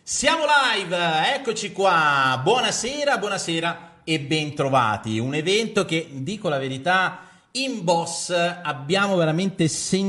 Siamo live, eccoci qua, buonasera, buonasera e bentrovati. Un evento che, dico la verità, in Boss abbiamo veramente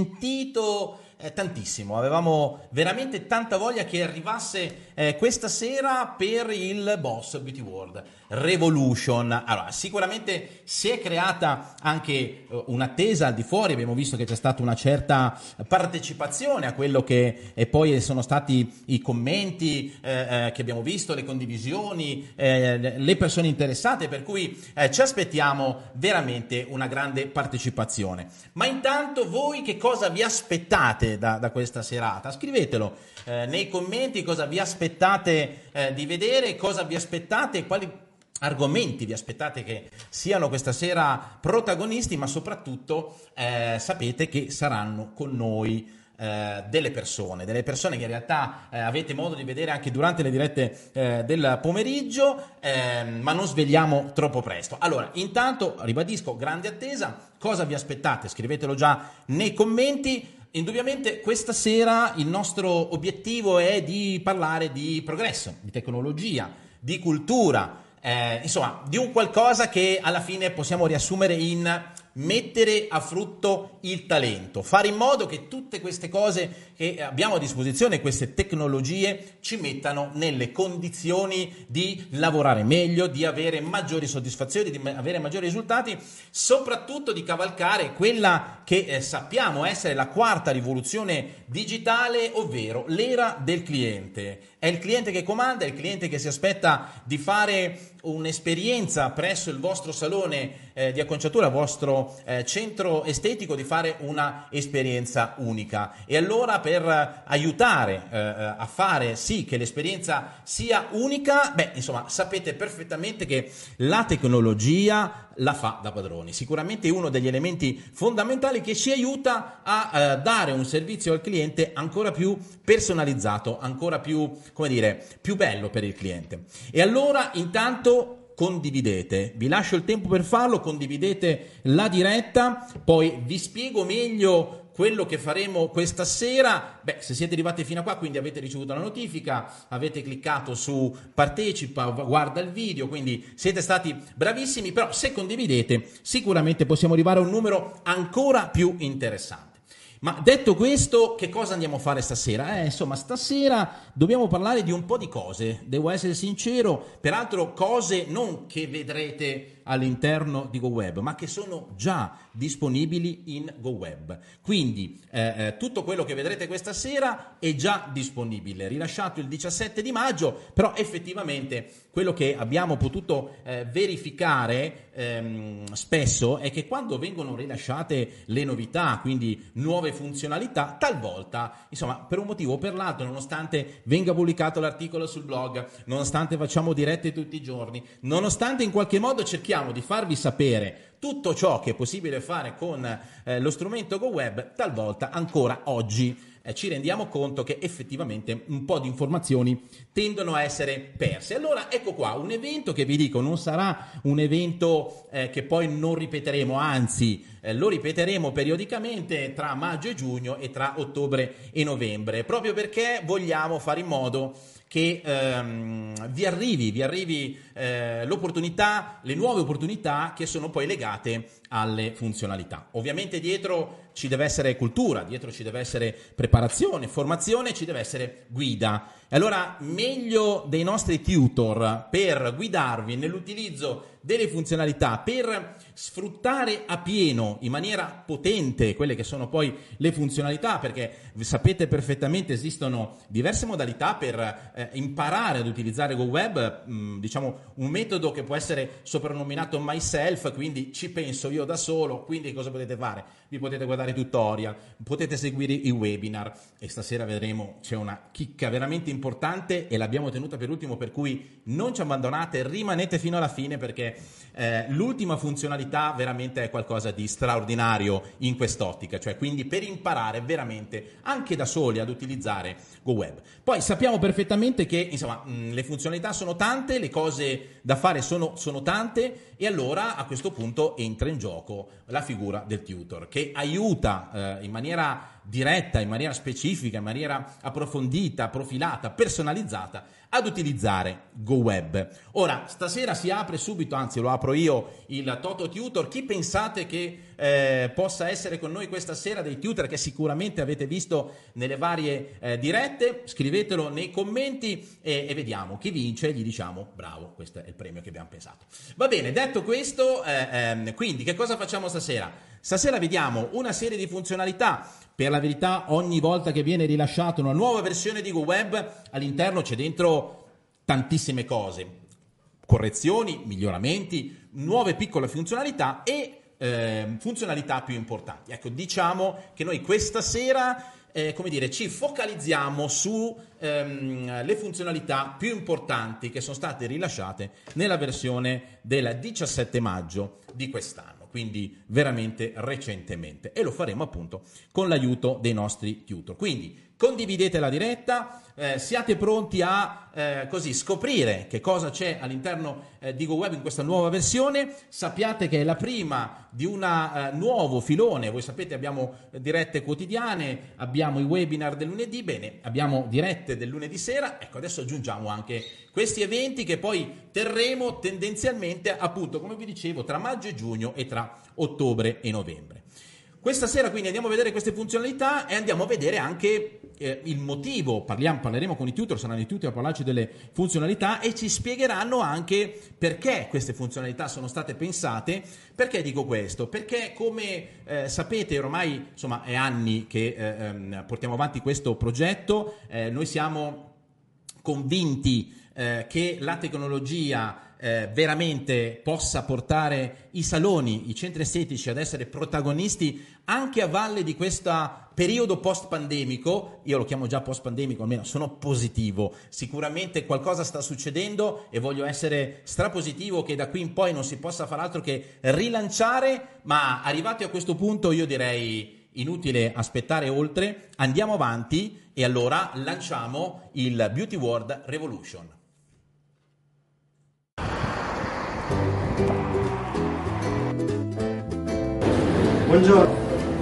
sentito tantissimo, avevamo veramente tanta voglia che arrivasse questa sera per il Boss Beauty World Revolution. Allora, sicuramente si è creata anche un'attesa al di fuori, abbiamo visto che c'è stata una certa partecipazione a quello che poi sono stati i commenti che abbiamo visto, le condivisioni, le persone interessate, per cui ci aspettiamo veramente una grande partecipazione. Ma intanto voi che cosa vi aspettate da questa serata? Scrivetelo nei commenti cosa vi aspettate di vedere, cosa vi aspettate, quali argomenti vi aspettate che siano questa sera protagonisti, ma soprattutto sapete che saranno con noi delle persone che in realtà avete modo di vedere anche durante le dirette del pomeriggio, ma non svegliamo troppo presto. Allora, intanto ribadisco, grande attesa, cosa vi aspettate? Scrivetelo già nei commenti. Indubbiamente questa sera il nostro obiettivo è di parlare di progresso, di tecnologia, di cultura, insomma di un qualcosa che alla fine possiamo riassumere in mettere a frutto il talento, fare in modo che tutte queste cose che abbiamo a disposizione, queste tecnologie, ci mettano nelle condizioni di lavorare meglio, di avere maggiori soddisfazioni, di avere maggiori risultati, soprattutto di cavalcare quella che sappiamo essere la quarta rivoluzione digitale, ovvero l'era del cliente. È il cliente che comanda, è il cliente che si aspetta di fare un'esperienza presso il vostro salone di acconciatura, il vostro centro estetico, di fare una esperienza unica. E allora, per aiutare a fare sì che l'esperienza sia unica, insomma, sapete perfettamente che la tecnologia la fa da padroni. Sicuramente è uno degli elementi fondamentali che ci aiuta a dare un servizio al cliente ancora più personalizzato, ancora più, come dire, più bello per il cliente. E allora, intanto, condividete, vi lascio il tempo per farlo, condividete la diretta, poi vi spiego meglio quello che faremo questa sera. Se siete arrivati fino a qua, quindi avete ricevuto la notifica, avete cliccato su partecipa, guarda il video, quindi siete stati bravissimi, però se condividete sicuramente possiamo arrivare a un numero ancora più interessante. Ma detto questo, che cosa andiamo a fare stasera? Insomma, stasera dobbiamo parlare di un po' di cose, devo essere sincero, peraltro cose non che vedrete all'interno di GoWeb, ma che sono già disponibili in GoWeb. Quindi tutto quello che vedrete questa sera è già disponibile, rilasciato il 17 di maggio, però effettivamente quello che abbiamo potuto verificare spesso è che quando vengono rilasciate le novità, quindi nuove funzionalità, talvolta, insomma, per un motivo o per l'altro, nonostante venga pubblicato l'articolo sul blog, nonostante facciamo dirette tutti i giorni, nonostante in qualche modo cerchiamo di farvi sapere tutto ciò che è possibile fare con lo strumento GoWeb, talvolta ancora oggi ci rendiamo conto che effettivamente un po' di informazioni tendono a essere perse. Allora ecco qua un evento che vi dico non sarà un evento che poi non ripeteremo, anzi lo ripeteremo periodicamente tra maggio e giugno e tra ottobre e novembre, proprio perché vogliamo fare in modo che vi arrivi l'opportunità, le nuove opportunità che sono poi legate alle funzionalità. Ovviamente dietro ci deve essere cultura, dietro ci deve essere preparazione, formazione, ci deve essere guida. E allora meglio dei nostri tutor per guidarvi nell'utilizzo delle funzionalità, per sfruttare a pieno, in maniera potente, quelle che sono poi le funzionalità, perché sapete perfettamente esistono diverse modalità per imparare ad utilizzare GoWeb, diciamo un metodo che può essere soprannominato myself, quindi ci penso io da solo. Quindi cosa potete fare? Vi potete guardare tutorial, potete seguire i webinar, e stasera vedremo c'è una chicca veramente importante e l'abbiamo tenuta per ultimo, per cui non ci abbandonate, rimanete fino alla fine, perché l'ultima funzionalità veramente è qualcosa di straordinario in quest'ottica, cioè quindi per imparare veramente anche da soli ad utilizzare GoWeb. Poi sappiamo perfettamente che insomma le funzionalità sono tante, le cose da fare sono tante, e allora a questo punto entra in gioco la figura del tutor, che aiuta in maniera diretta, in maniera specifica, in maniera approfondita, profilata, personalizzata, ad utilizzare GoWeb. Ora, stasera si apre subito, anzi lo apro io, il Toto Tutor. Chi pensate che possa essere con noi questa sera dei tutor che sicuramente avete visto nelle varie dirette? Scrivetelo nei commenti e vediamo chi vince, gli diciamo bravo, questo è il premio che abbiamo pensato. Va bene, detto questo, quindi che cosa facciamo stasera? Stasera vediamo una serie di funzionalità. Per la verità, ogni volta che viene rilasciata una nuova versione di GoWeb, all'interno c'è dentro tantissime cose, correzioni, miglioramenti, nuove piccole funzionalità e funzionalità più importanti. Ecco, diciamo che noi questa sera ci focalizziamo su le funzionalità più importanti che sono state rilasciate nella versione del 17 maggio di quest'anno, quindi veramente recentemente, e lo faremo appunto con l'aiuto dei nostri tutor. Quindi condividete la diretta, siate pronti a scoprire che cosa c'è all'interno di GoWeb in questa nuova versione. Sappiate che è la prima di un nuovo filone. Voi sapete, abbiamo dirette quotidiane, abbiamo i webinar del lunedì, bene, abbiamo dirette del lunedì sera. Ecco, adesso aggiungiamo anche questi eventi che poi terremo tendenzialmente, appunto, come vi dicevo, tra maggio e giugno e tra ottobre e novembre. Questa sera quindi andiamo a vedere queste funzionalità e andiamo a vedere anche il motivo. Parleremo con i tutor, saranno i tutor a parlarci delle funzionalità e ci spiegheranno anche perché queste funzionalità sono state pensate. Perché dico questo? Perché come sapete ormai insomma è anni che portiamo avanti questo progetto, noi siamo convinti che la tecnologia veramente possa portare i saloni, i centri estetici ad essere protagonisti anche a valle di questo periodo post-pandemico. Io lo chiamo già post-pandemico, almeno sono positivo, sicuramente qualcosa sta succedendo e voglio essere strapositivo che da qui in poi non si possa far altro che rilanciare, ma arrivati a questo punto io direi inutile aspettare oltre, andiamo avanti e allora lanciamo il Beauty World Revolution. Buongiorno.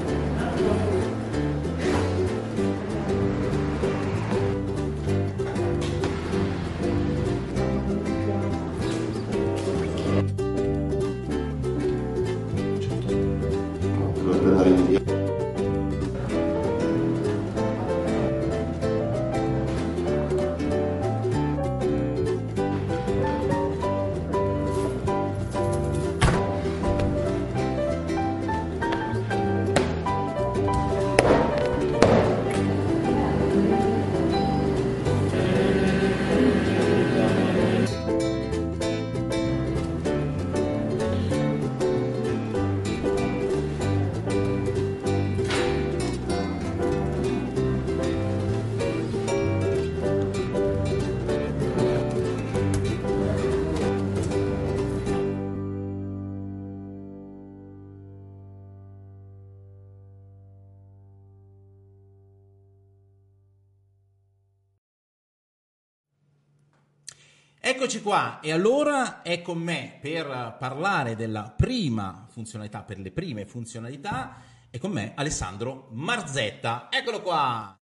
Eccoci qua, e allora è con me per parlare della prima funzionalità, per le prime funzionalità, è con me Alessandro Marzetta. Eccolo qua!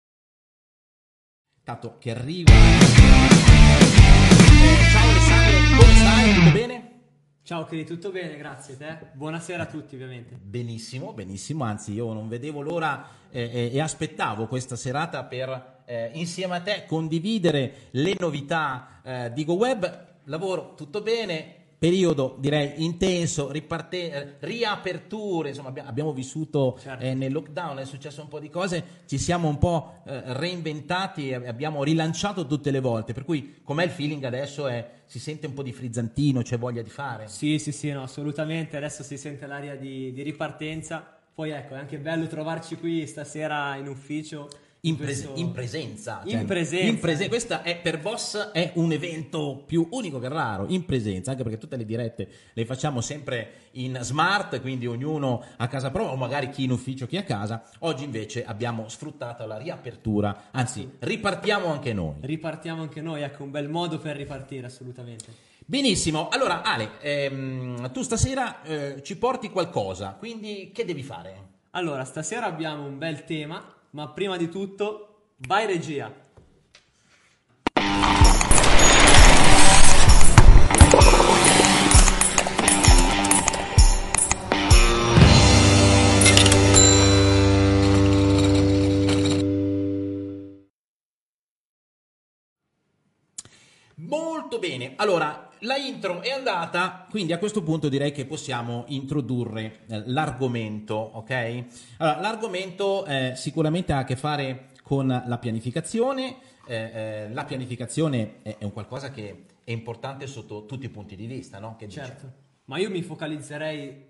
Tanto che arriva. Ciao Alessandro, come stai? Tutto bene? Ciao Cri, tutto bene, grazie te. Buonasera a tutti ovviamente. Benissimo, benissimo, anzi io non vedevo l'ora e aspettavo questa serata per insieme a te condividere le novità di GoWeb. Lavoro tutto bene, periodo direi intenso, riaperture, insomma abbiamo vissuto nel lockdown, è successo un po' di cose, ci siamo un po' reinventati e abbiamo rilanciato tutte le volte, per cui com'è il feeling adesso? Si sente un po' di frizzantino, c'è voglia di fare? Sì, no, assolutamente, adesso si sente l'aria di ripartenza, poi ecco è anche bello trovarci qui stasera in ufficio. In presenza. In presenza. Questa è per Boss è un evento più unico che raro, in presenza, anche perché tutte le dirette le facciamo sempre in smart, quindi ognuno a casa propria o magari chi in ufficio, chi a casa. Oggi invece abbiamo sfruttato la riapertura, anzi ripartiamo anche noi. Ecco, un bel modo per ripartire assolutamente. Benissimo, allora Ale, tu stasera ci porti qualcosa, quindi che devi fare? Allora, stasera abbiamo un bel tema, ma prima di tutto, vai regia! Molto bene, allora la intro è andata, quindi a questo punto direi che possiamo introdurre l'argomento, ok? Allora, l'argomento sicuramente ha a che fare con la pianificazione. La pianificazione è un qualcosa che è importante sotto tutti i punti di vista, no? Che dici? Certo, ma io mi focalizzerei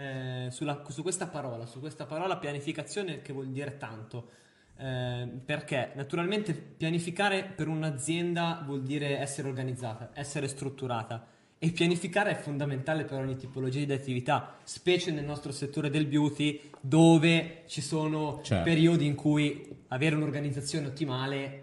su questa parola pianificazione, che vuol dire tanto. Perché naturalmente pianificare per un'azienda vuol dire essere organizzata, essere strutturata, e pianificare è fondamentale per ogni tipologia di attività, specie nel nostro settore del beauty, dove ci sono periodi in cui avere un'organizzazione ottimale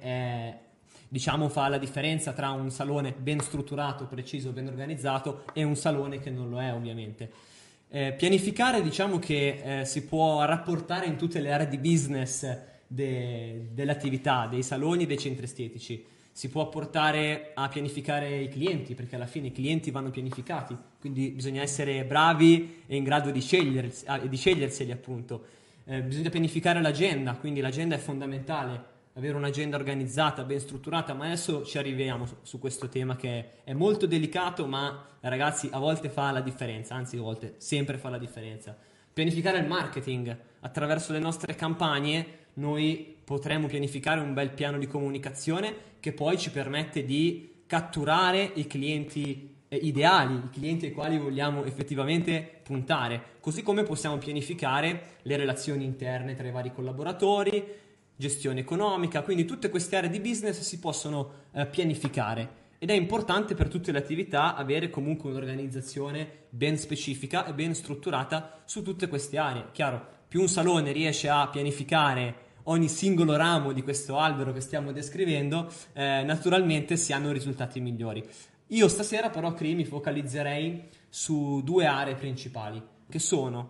fa la differenza tra un salone ben strutturato, preciso, ben organizzato e un salone che non lo è, ovviamente. Pianificare, diciamo che si può rapportare in tutte le aree di business dell'attività, dei saloni, dei centri estetici. Si può portare a pianificare i clienti, perché alla fine i clienti vanno pianificati, quindi bisogna essere bravi e in grado di sceglierseli, appunto. Bisogna pianificare l'agenda, quindi l'agenda è fondamentale, avere un'agenda organizzata, ben strutturata, ma adesso ci arriviamo su questo tema che è molto delicato, ma ragazzi a volte fa la differenza, anzi a volte sempre fa la differenza. Pianificare il marketing, attraverso le nostre campagne noi potremo pianificare un bel piano di comunicazione che poi ci permette di catturare i clienti ideali, i clienti ai quali vogliamo effettivamente puntare, così come possiamo pianificare le relazioni interne tra i vari collaboratori, gestione economica, quindi tutte queste aree di business si possono pianificare. Ed è importante per tutte le attività avere comunque un'organizzazione ben specifica e ben strutturata su tutte queste aree. Chiaro, più un salone riesce a pianificare ogni singolo ramo di questo albero che stiamo descrivendo, naturalmente si hanno risultati migliori. Io stasera però, mi focalizzerei su due aree principali, che sono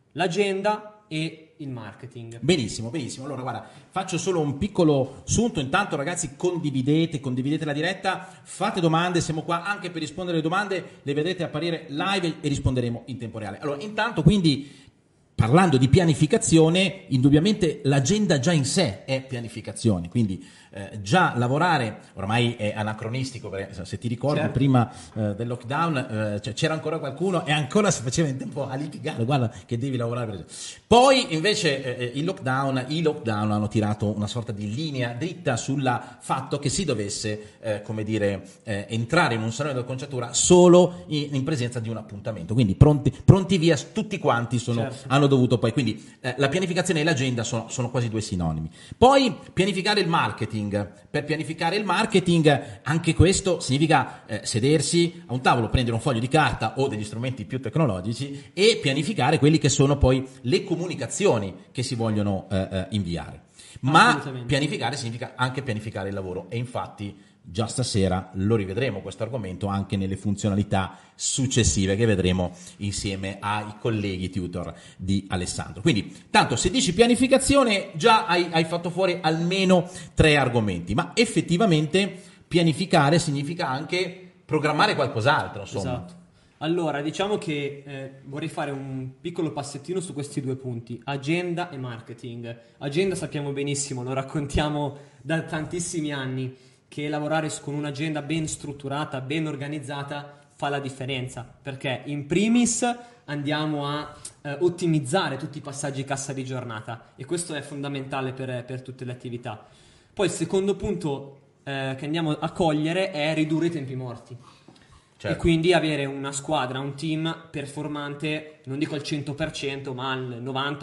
l'agenda e il marketing. Benissimo, benissimo. Allora, guarda, faccio solo un piccolo sunto. Intanto, ragazzi, condividete la diretta, fate domande, siamo qua anche per rispondere alle domande, le vedrete apparire live e risponderemo in tempo reale. Allora, intanto, quindi, parlando di pianificazione, indubbiamente l'agenda già in sé è pianificazione, quindi già lavorare, ormai è anacronistico, perché se ti ricordi certo. Prima del lockdown c'era ancora qualcuno e ancora si faceva in tempo a litigare, guarda che devi lavorare. Poi invece i lockdown hanno tirato una sorta di linea dritta sul fatto che si dovesse entrare in un salone di conciatura solo in presenza di un appuntamento, quindi pronti via tutti quanti hanno dovuto poi, quindi la pianificazione e l'agenda sono quasi due sinonimi. Poi pianificare il marketing. Per pianificare il marketing, anche questo significa sedersi a un tavolo, prendere un foglio di carta o degli strumenti più tecnologici e pianificare quelli che sono poi le comunicazioni che si vogliono inviare. Ma pianificare significa anche pianificare il lavoro, e infatti già stasera lo rivedremo questo argomento anche nelle funzionalità successive che vedremo insieme ai colleghi tutor di Alessandro. Quindi, tanto se dici pianificazione già hai fatto fuori almeno 3 argomenti, ma effettivamente pianificare significa anche programmare qualcos'altro, insomma. Esatto. Allora, diciamo che vorrei fare un piccolo passettino su questi due punti, agenda e marketing. Agenda sappiamo benissimo, lo raccontiamo da tantissimi anni, che lavorare con un'agenda ben strutturata, ben organizzata fa la differenza, perché in primis andiamo a ottimizzare tutti i passaggi cassa di giornata, e questo è fondamentale per tutte le attività. Poi il secondo punto che andiamo a cogliere è ridurre i tempi morti. Certo. E quindi avere una squadra, un team performante, non dico al 100%, ma al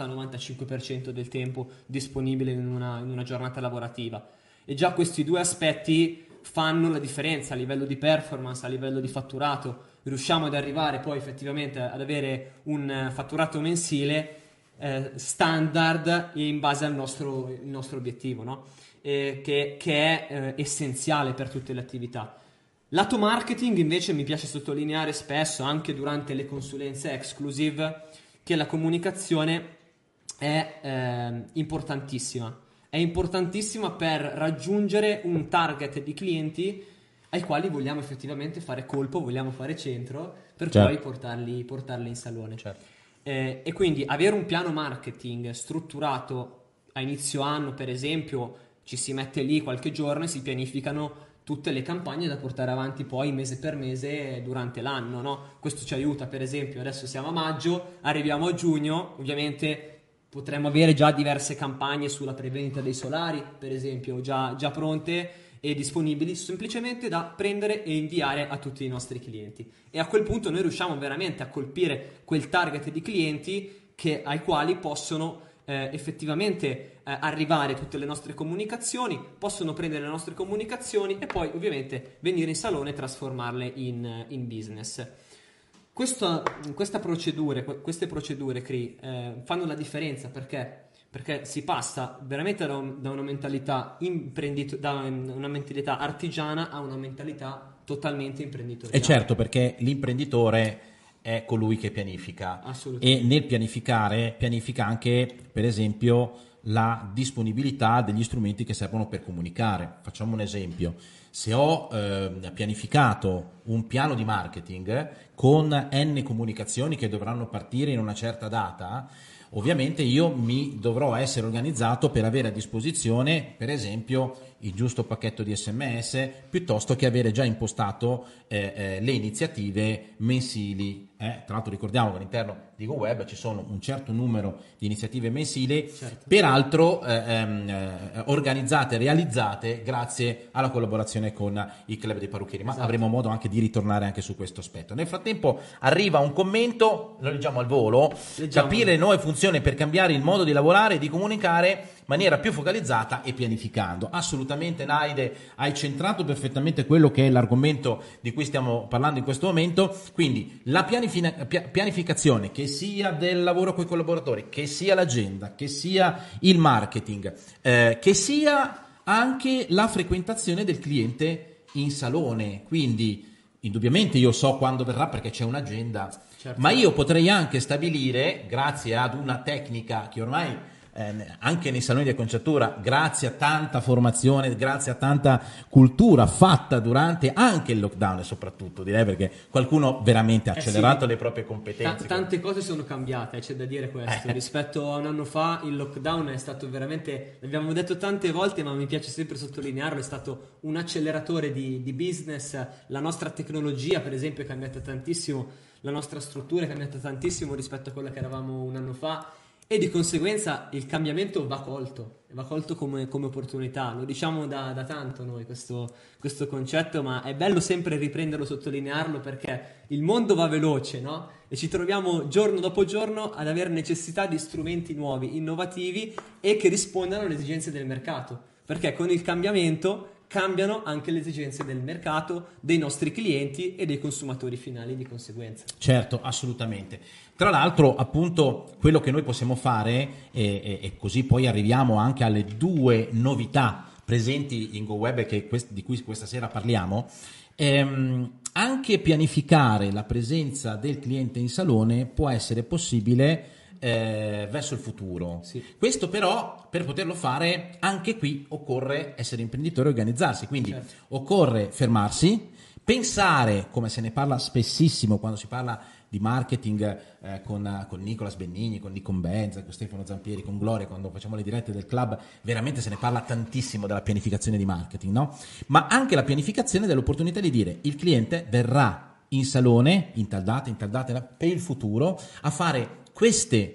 90-95% del tempo disponibile in una giornata lavorativa. E già questi due aspetti fanno la differenza a livello di performance, a livello di fatturato. Riusciamo ad arrivare poi effettivamente ad avere un fatturato mensile standard in base al nostro obiettivo, no? Che è essenziale per tutte le attività. Lato marketing invece mi piace sottolineare spesso, anche durante le consulenze exclusive, che la comunicazione è importantissima. È importantissima per raggiungere un target di clienti ai quali vogliamo effettivamente fare colpo, vogliamo fare centro, per poi portarli in salone. Certo. E quindi avere un piano marketing strutturato a inizio anno, per esempio, ci si mette lì qualche giorno e si pianificano tutte le campagne da portare avanti poi mese per mese durante l'anno, no? Questo ci aiuta, per esempio, adesso siamo a maggio, arriviamo a giugno, ovviamente potremmo avere già diverse campagne sulla prevendita dei solari, per esempio, già pronte e disponibili, semplicemente da prendere e inviare a tutti i nostri clienti. E a quel punto noi riusciamo veramente a colpire quel target di clienti ai quali possono effettivamente arrivare tutte le nostre comunicazioni, possono prendere le nostre comunicazioni e poi ovviamente venire in salone e trasformarle in business. Queste procedure Cri, fanno la differenza perché si passa veramente da una mentalità da una mentalità artigiana a una mentalità totalmente imprenditoriale. E certo, perché l'imprenditore è colui che pianifica, e nel pianifica anche, per esempio, la disponibilità degli strumenti che servono per comunicare. Facciamo un esempio: se ho pianificato un piano di marketing con n comunicazioni che dovranno partire in una certa data, ovviamente io mi dovrò essere organizzato per avere a disposizione, per esempio, il giusto pacchetto di SMS, piuttosto che avere già impostato le iniziative mensili. Tra l'altro ricordiamo che all'interno di GoWeb ci sono un certo numero di iniziative mensili, certo, peraltro organizzate e realizzate grazie alla collaborazione con il Club dei Parrucchieri, ma avremo modo anche di ritornare anche su questo aspetto. Nel frattempo arriva un commento, lo leggiamo al volo. Capire le nuove funzioni per cambiare il modo di lavorare e di comunicare in maniera più focalizzata e pianificando. Assolutamente, Naide, hai centrato perfettamente quello che è l'argomento di cui stiamo parlando in questo momento. Quindi la pianificazione, che sia del lavoro con i collaboratori, che sia l'agenda, che sia il marketing, che sia anche la frequentazione del cliente in salone. Quindi indubbiamente io so quando verrà perché c'è un'agenda, certo, ma io potrei anche stabilire, grazie ad una tecnica che ormai anche nei saloni di acconciatura, grazie a tanta formazione, grazie a tanta cultura fatta durante anche il lockdown, e soprattutto direi perché qualcuno veramente ha accelerato le proprie competenze. Tante cose sono cambiate, c'è da dire questo. Rispetto a un anno fa il lockdown è stato veramente, l'abbiamo detto tante volte, ma mi piace sempre sottolinearlo, è stato un acceleratore di business. La nostra tecnologia, per esempio, è cambiata tantissimo, la nostra struttura è cambiata tantissimo rispetto a quella che eravamo un anno fa. E di conseguenza il cambiamento va colto come opportunità. Lo diciamo da tanto noi questo concetto, ma è bello sempre riprenderlo, sottolinearlo, perché il mondo va veloce, no? E ci troviamo giorno dopo giorno ad avere necessità di strumenti nuovi, innovativi e che rispondano alle esigenze del mercato, perché con il cambiamento cambiano anche le esigenze del mercato, dei nostri clienti e dei consumatori finali di conseguenza. Certo, assolutamente. Tra l'altro, appunto, quello che noi possiamo fare, e così poi arriviamo anche alle due novità presenti in GoWeb di cui questa sera parliamo, anche pianificare la presenza del cliente in salone può essere possibile verso il futuro. Sì. Questo però, per poterlo fare, anche qui occorre essere imprenditori e organizzarsi, quindi certo, occorre fermarsi, pensare, come se ne parla spessissimo quando si parla di marketing con Nicolas Bennigni, con Nikon Benz, con Stefano Zampieri, con Gloria, quando facciamo le dirette del club, veramente se ne parla tantissimo della pianificazione di marketing, no? Ma anche la pianificazione dell'opportunità di dire: il cliente verrà in salone in tal data per il futuro a fare questi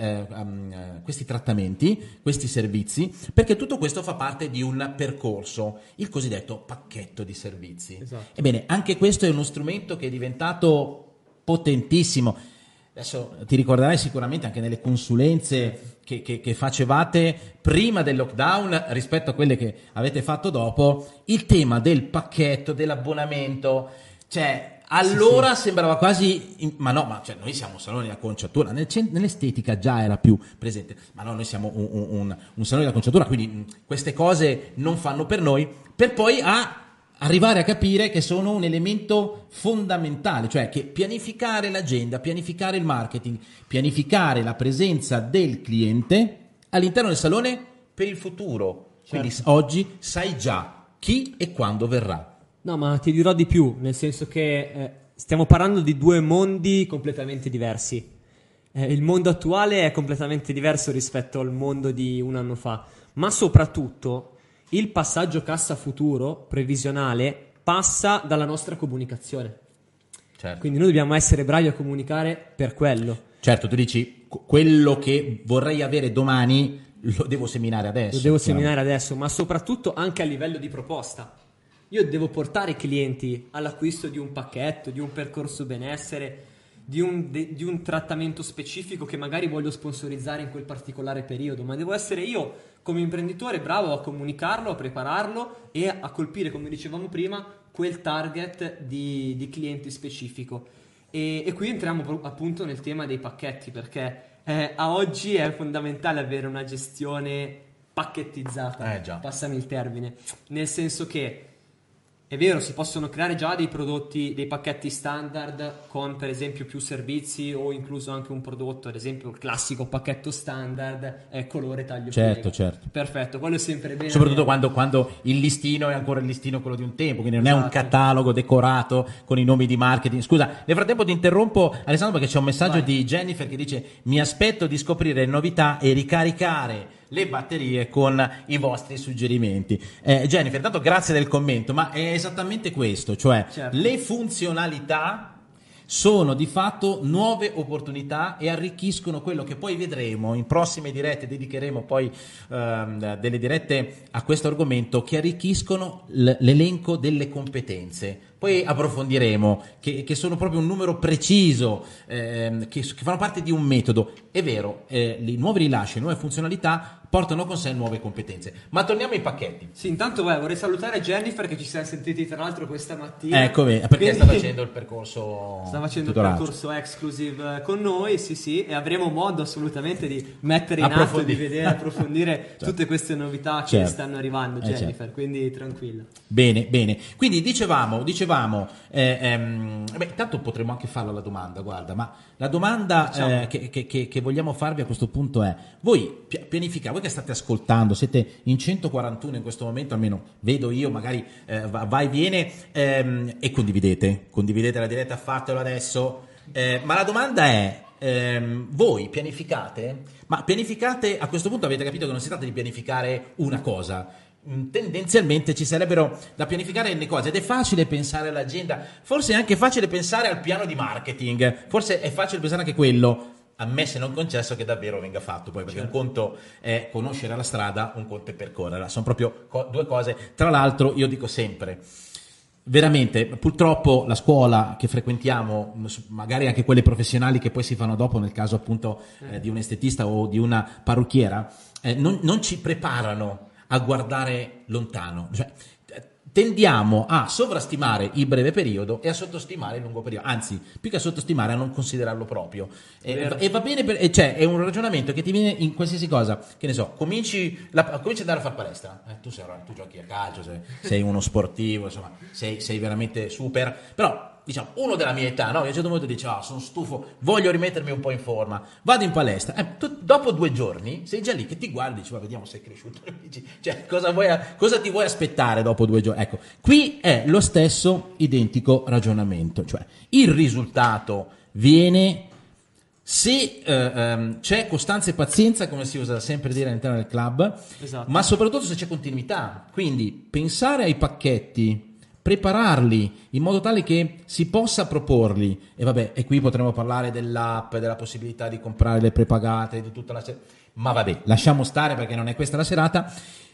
trattamenti, questi servizi, perché tutto questo fa parte di un percorso, il cosiddetto pacchetto di servizi. Esatto. Ebbene, anche questo è uno strumento che è diventato potentissimo. Adesso ti ricorderai sicuramente anche nelle consulenze che facevate prima del lockdown rispetto a quelle che avete fatto dopo, il tema del pacchetto, dell'abbonamento, cioè allora sì. Sembrava quasi, ma noi siamo saloni di acconciatura, nell'estetica già era più presente, ma no, noi siamo un salone di acconciatura, quindi queste cose non fanno per noi, per poi a arrivare a capire che sono un elemento fondamentale, cioè che pianificare l'agenda, pianificare il marketing, pianificare la presenza del cliente all'interno del salone per il futuro. Quindi oggi sai già chi e quando verrà. No, ma ti dirò di più, nel senso che stiamo parlando di due mondi completamente diversi. Il mondo attuale è completamente diverso rispetto al mondo di un anno fa, ma soprattutto il passaggio cassa futuro previsionale passa dalla nostra comunicazione. Certo. Quindi noi dobbiamo essere bravi a comunicare per quello. Certo, tu dici quello che vorrei avere domani lo devo seminare adesso. Lo devo seminare adesso, ma soprattutto anche a livello di proposta. Io devo portare i clienti all'acquisto di un pacchetto, di un percorso benessere, di un trattamento specifico che magari voglio sponsorizzare in quel particolare periodo, ma devo essere io come imprenditore bravo a comunicarlo, a prepararlo e a colpire, come dicevamo prima, quel target di clienti specifico. E qui entriamo appunto nel tema dei pacchetti, perché a oggi è fondamentale avere una gestione pacchettizzata, Già. passami il termine, nel senso che è vero, si possono creare già dei prodotti, dei pacchetti standard con per esempio più servizi o incluso anche un prodotto, ad esempio il classico pacchetto standard colore taglio piega. Certo. Perfetto, quello è sempre bene. Soprattutto quando il listino è ancora il listino quello di un tempo, quindi non è un Esatto. catalogo decorato con i nomi di marketing. Scusa, nel frattempo ti interrompo Alessandro perché c'è un messaggio di Jennifer che dice: mi aspetto di scoprire novità e ricaricare le batterie con i vostri suggerimenti. Jennifer, intanto grazie del commento, ma è esattamente questo, cioè Certo. le funzionalità sono di fatto nuove opportunità e arricchiscono quello che poi vedremo in prossime dirette. Dedicheremo poi delle dirette a questo argomento che arricchiscono l'elenco delle competenze. Poi approfondiremo che sono proprio un numero preciso, che fanno parte di un metodo. È vero, i nuovi rilasci, le nuove funzionalità portano con sé nuove competenze. Ma torniamo ai pacchetti. Sì, intanto vorrei salutare Jennifer che ci siamo sentiti tra l'altro questa mattina. Eccomi, perché Quindi sta facendo il percorso. sta facendo il tutoraggio. percorso exclusive con noi, sì, e avremo modo assolutamente di mettere in atto, di Approfondire. vedere, approfondire tutte queste novità che Certo. stanno arrivando, Jennifer, Certo. quindi tranquilla. Bene. Quindi dicevamo, intanto potremmo anche farla la domanda, guarda, ma la domanda Facciamo. che vogliamo farvi a questo punto è: voi pianificate, voi che state ascoltando, siete in 141 in questo momento, almeno vedo io, magari va e viene, e condividete la diretta, fatelo adesso, ma la domanda è: voi pianificate? Ma pianificate, a questo punto avete capito che non si tratta di pianificare una cosa. Tendenzialmente ci sarebbero da pianificare le cose ed è facile pensare all'agenda, forse è anche facile pensare al piano di marketing, forse è facile pensare anche quello, ammesso e non concesso che davvero venga fatto poi, perché un conto è conoscere la strada, un conto è percorrerla, sono proprio due cose. Tra l'altro io dico sempre, veramente, purtroppo la scuola che frequentiamo, magari anche quelle professionali che poi si fanno dopo, nel caso appunto di un estetista o di una parrucchiera, non ci preparano a guardare lontano, cioè tendiamo a sovrastimare il breve periodo e a sottostimare il lungo periodo, anzi più che a sottostimare a non considerarlo proprio, e va bene cioè è un ragionamento che ti viene in qualsiasi cosa, che ne so, cominci ad andare a fare palestra, tu giochi a calcio, sei uno sportivo, insomma sei veramente super, però diciamo uno della mia età, no? Che a un certo punto dice: sono stufo, voglio rimettermi un po' in forma, vado in palestra, tu dopo 2 giorni sei già lì che ti guardi e dici: vediamo se è cresciuto, cioè cosa ti vuoi aspettare dopo 2 giorni? Ecco, qui è lo stesso identico ragionamento, cioè il risultato viene se c'è costanza e pazienza, come si usa sempre dire all'interno del club, Esatto. ma soprattutto se c'è continuità. Quindi pensare ai pacchetti, prepararli in modo tale che si possa proporli, e qui potremo parlare dell'app, della possibilità di comprare le prepagate, di tutta la ma vabbè, lasciamo stare perché non è questa la serata.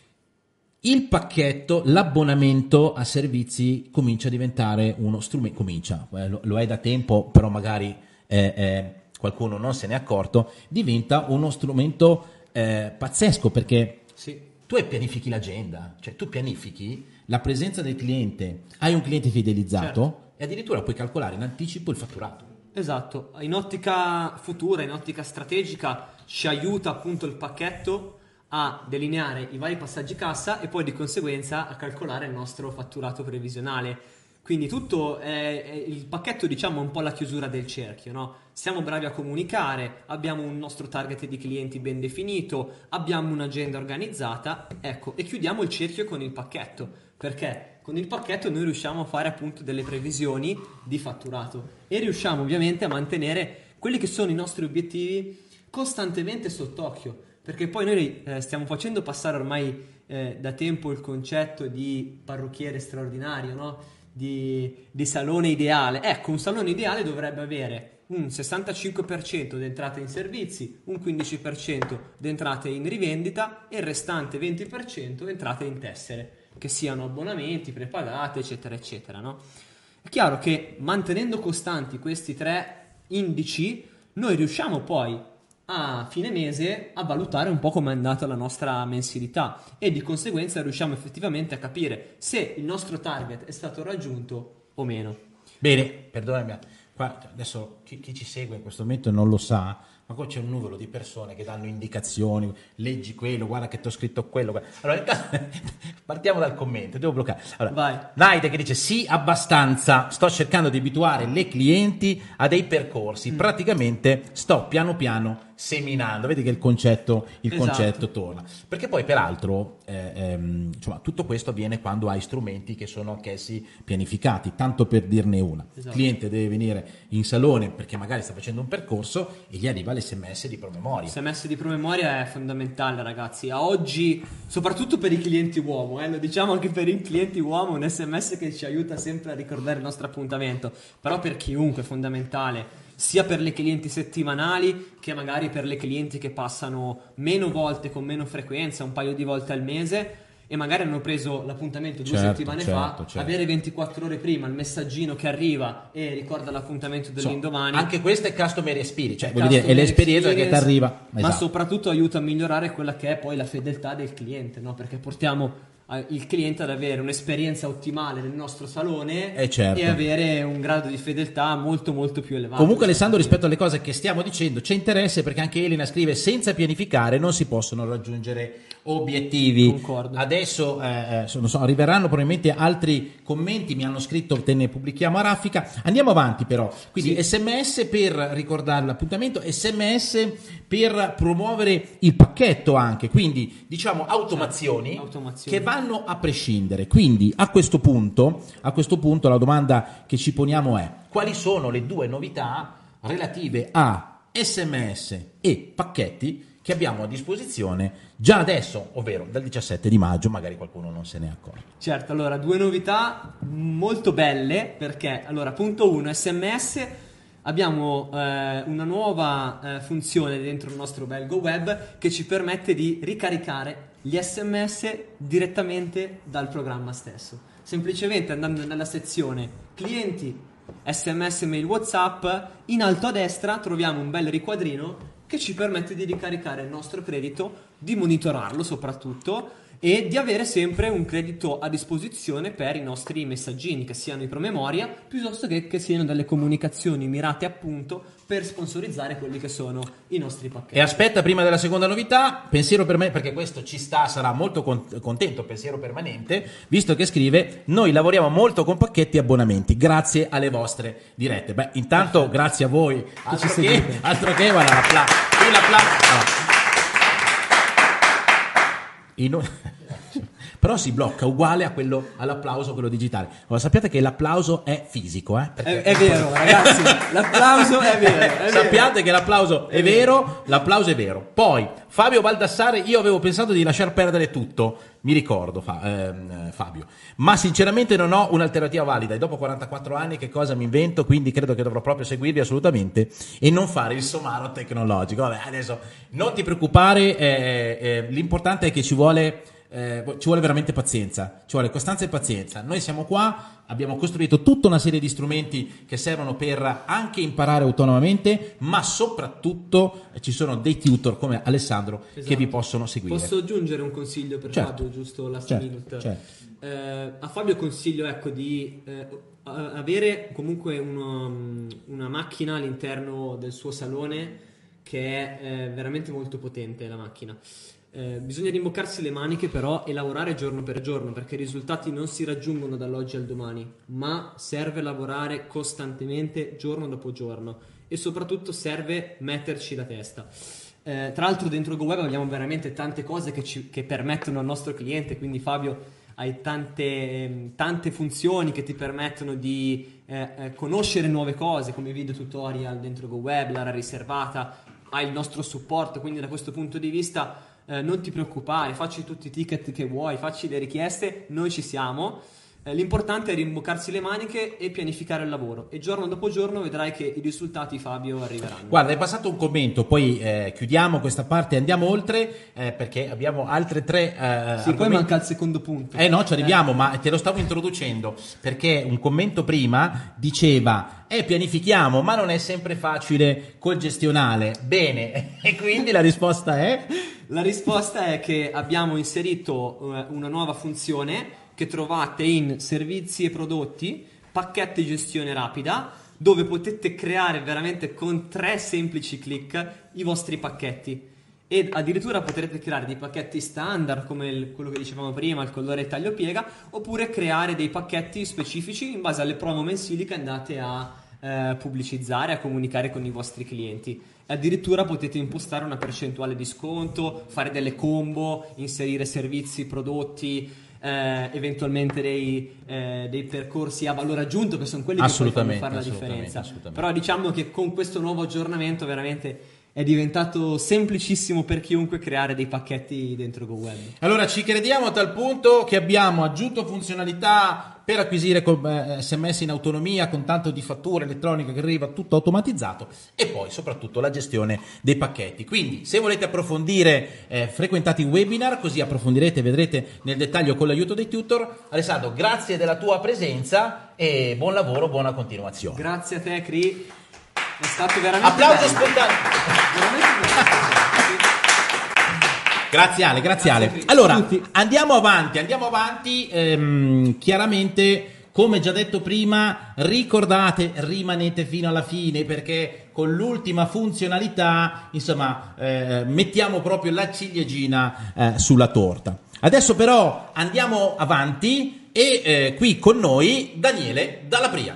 Il pacchetto, l'abbonamento a servizi comincia a diventare uno strumento, lo è da tempo, però magari qualcuno non se n'è accorto, diventa uno strumento pazzesco, perché tu pianifichi l'agenda, cioè tu pianifichi la presenza del cliente, hai un cliente fidelizzato, Certo. e addirittura puoi calcolare in anticipo il fatturato. Esatto, in ottica futura, in ottica strategica ci aiuta appunto il pacchetto a delineare i vari passaggi cassa e poi di conseguenza a calcolare il nostro fatturato previsionale. Quindi tutto il pacchetto, diciamo, è un po' la chiusura del cerchio, no? Siamo bravi a comunicare, abbiamo un nostro target di clienti ben definito, abbiamo un'agenda organizzata, ecco, e chiudiamo il cerchio con il pacchetto, perché con il pacchetto noi riusciamo a fare appunto delle previsioni di fatturato e riusciamo ovviamente a mantenere quelli che sono i nostri obiettivi costantemente sott'occhio. Perché poi noi stiamo facendo passare ormai da tempo il concetto di parrucchiere straordinario, no? Di salone ideale. Ecco, un salone ideale dovrebbe avere un 65% di entrate in servizi, un 15% di entrate in rivendita e il restante 20% entrate in tessere, che siano abbonamenti, prepagate, eccetera, eccetera, no? È chiaro che mantenendo costanti questi 3 indici, noi riusciamo poi a fine mese a valutare un po' come è andata la nostra mensilità e di conseguenza riusciamo effettivamente a capire se il nostro target è stato raggiunto o meno. Bene, perdonami, qua adesso chi ci segue in questo momento non lo sa, ma qua c'è un numero di persone che danno indicazioni, leggi quello, guarda che ti ho scritto quello. Allora, in caso, partiamo dal commento, devo bloccare. Allora, vai. Naide che dice sì, abbastanza, sto cercando di abituare le clienti a dei percorsi, praticamente sto piano piano seminando, vedi che il concetto torna, perché poi peraltro insomma, tutto questo avviene quando hai strumenti che sono anch'essi pianificati. Tanto per dirne una, il cliente deve venire in salone perché magari sta facendo un percorso e gli arriva l'SMS di promemoria. L'SMS di promemoria è fondamentale, ragazzi, a oggi, soprattutto per i clienti uomo, lo diciamo anche per i clienti uomo, un SMS che ci aiuta sempre a ricordare il nostro appuntamento, però per chiunque è fondamentale, sia per le clienti settimanali che magari per le clienti che passano meno volte, con meno frequenza, un paio di volte al mese e magari hanno preso l'appuntamento 2 settimane fa, avere 24 ore prima il messaggino che arriva e ricorda l'appuntamento dell'indomani. Anche questo è customer experience, cioè voglio dire, è l'esperienza che ti arriva, ma soprattutto aiuta a migliorare quella che è poi la fedeltà del cliente, no? Perché portiamo il cliente ad avere un'esperienza ottimale nel nostro salone e avere un grado di fedeltà molto molto più elevato. Comunque Alessandro, rispetto alle cose che stiamo dicendo c'è interesse, perché anche Elena scrive: senza pianificare non si possono raggiungere obiettivi. Concordo. Adesso arriveranno probabilmente altri commenti, mi hanno scritto, te ne pubblichiamo a raffica. Andiamo avanti però, quindi SMS per ricordare l'appuntamento, SMS per promuovere il pacchetto anche, quindi diciamo automazioni. Che vanno a prescindere. Quindi a questo punto la domanda che ci poniamo è: quali sono le 2 novità relative a SMS e pacchetti che abbiamo a disposizione già adesso, ovvero dal 17 di maggio, magari qualcuno non se ne accorge. Certo, allora 2 novità molto belle, perché allora punto 1, SMS. Abbiamo una nuova funzione dentro il nostro bel Go Web che ci permette di ricaricare gli SMS direttamente dal programma stesso. Semplicemente andando nella sezione clienti, SMS, mail, WhatsApp, in alto a destra troviamo un bel riquadrino che ci permette di ricaricare il nostro credito, di monitorarlo soprattutto e di avere sempre un credito a disposizione per i nostri messaggini, che siano i promemoria, piuttosto che siano delle comunicazioni mirate appunto per sponsorizzare quelli che sono i nostri pacchetti. E aspetta, prima della seconda novità, pensiero permanente, perché questo ci sta, sarà molto contento, pensiero permanente, visto che scrive: noi lavoriamo molto con pacchetti e abbonamenti, grazie alle vostre dirette. Beh, intanto grazie a voi, altro che voilà, l'applauso. Però si blocca uguale a all'applauso, quello digitale. Ora sappiate che l'applauso è fisico, è vero, ragazzi, l'applauso è vero. Sappiate che l'applauso è vero, l'applauso è vero. Poi Fabio Baldassare: io avevo pensato di lasciar perdere tutto, mi ricordo Fabio, ma sinceramente non ho un'alternativa valida e dopo 44 anni che cosa mi invento, quindi credo che dovrò proprio seguirvi assolutamente e non fare il somaro tecnologico. Vabbè, adesso non ti preoccupare, l'importante è che ci vuole veramente pazienza, ci vuole costanza e pazienza. Noi siamo qua, abbiamo costruito tutta una serie di strumenti che servono per anche imparare autonomamente, ma soprattutto ci sono dei tutor come Alessandro che vi possono seguire. Posso aggiungere un consiglio per Fabio, giusto last minute? A Fabio consiglio di avere comunque una macchina all'interno del suo salone che è veramente molto potente, la macchina. Bisogna rimboccarsi le maniche però e lavorare giorno per giorno, perché i risultati non si raggiungono dall'oggi al domani, ma serve lavorare costantemente giorno dopo giorno e soprattutto serve metterci la testa. Tra l'altro dentro GoWeb abbiamo veramente tante cose che permettono al nostro cliente, quindi Fabio hai tante funzioni che ti permettono di conoscere nuove cose, come i video tutorial dentro GoWeb, l'area riservata, hai il nostro supporto, quindi da questo punto di vista non ti preoccupare, facci tutti i ticket che vuoi, facci le richieste, noi ci siamo. L'importante è rimboccarsi le maniche e pianificare il lavoro, e giorno dopo giorno vedrai che i risultati, Fabio, arriveranno. Guarda, è passato un commento, poi chiudiamo questa parte e andiamo oltre, perché abbiamo altre tre sì, poi manca il secondo punto. No, ci arriviamo, ma te lo stavo introducendo, perché un commento prima diceva pianifichiamo, ma non è sempre facile col gestionale. Bene, e quindi la risposta è? La risposta è che abbiamo inserito una nuova funzione che trovate in servizi e prodotti, pacchetti gestione rapida, dove potete creare veramente con 3 semplici click i vostri pacchetti, e addirittura potrete creare dei pacchetti standard come quello che dicevamo prima, il colore taglio piega, oppure creare dei pacchetti specifici in base alle promo mensili che andate a pubblicizzare, a comunicare con i vostri clienti. Addirittura potete impostare una percentuale di sconto, fare delle combo, inserire servizi, prodotti, eventualmente dei percorsi a valore aggiunto, che sono quelli che poi fanno fare la differenza. Però diciamo che con questo nuovo aggiornamento veramente è diventato semplicissimo per chiunque creare dei pacchetti dentro GoWeb. Allora ci crediamo a tal punto che abbiamo aggiunto funzionalità per acquisire SMS in autonomia, con tanto di fattura elettronica che arriva tutto automatizzato, e poi soprattutto la gestione dei pacchetti. Quindi se volete approfondire, frequentate i webinar, così approfondirete e vedrete nel dettaglio con l'aiuto dei tutor. Alessandro, grazie della tua presenza e buon lavoro, buona continuazione. Grazie a te, Cri. È stato veramente applauso bello. spontaneo. Veramente bello. Grazie Ale, grazie Ale. Allora, andiamo avanti, chiaramente, come già detto prima, ricordate, rimanete fino alla fine, perché con l'ultima funzionalità, insomma, mettiamo proprio la ciliegina sulla torta. Adesso però andiamo avanti e qui con noi Daniele Dalla Pria.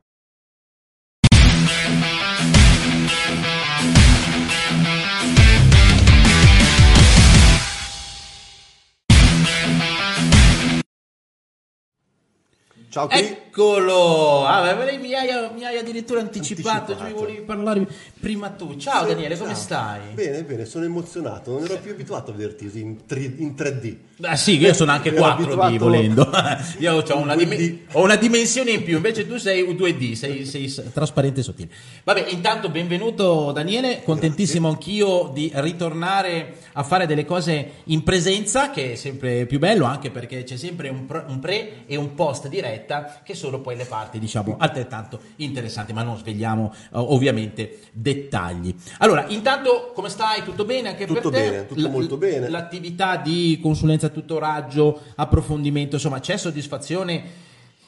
Ciao qui. Eccolo! Mi hai addirittura anticipato, cioè, volevi parlare prima tu. Ciao Daniele, come stai? Bene, sono emozionato, non ero più abituato a vederti così in 3D. Sì, io sono anche 4D volendo. Io ho una dimensione in più, invece tu sei 2D, sei trasparente e sottile. Vabbè, intanto benvenuto Daniele, contentissimo anch'io di ritornare a fare delle cose in presenza, che è sempre più bello, anche perché c'è sempre un pre e un post diretta, che sono poi le parti, diciamo, altrettanto interessanti, ma non svegliamo ovviamente dettagli. Allora, intanto come stai? Tutto bene anche tutto per te? Bene, tutto molto bene. L'attività di consulenza, tutoraggio, approfondimento, insomma, c'è soddisfazione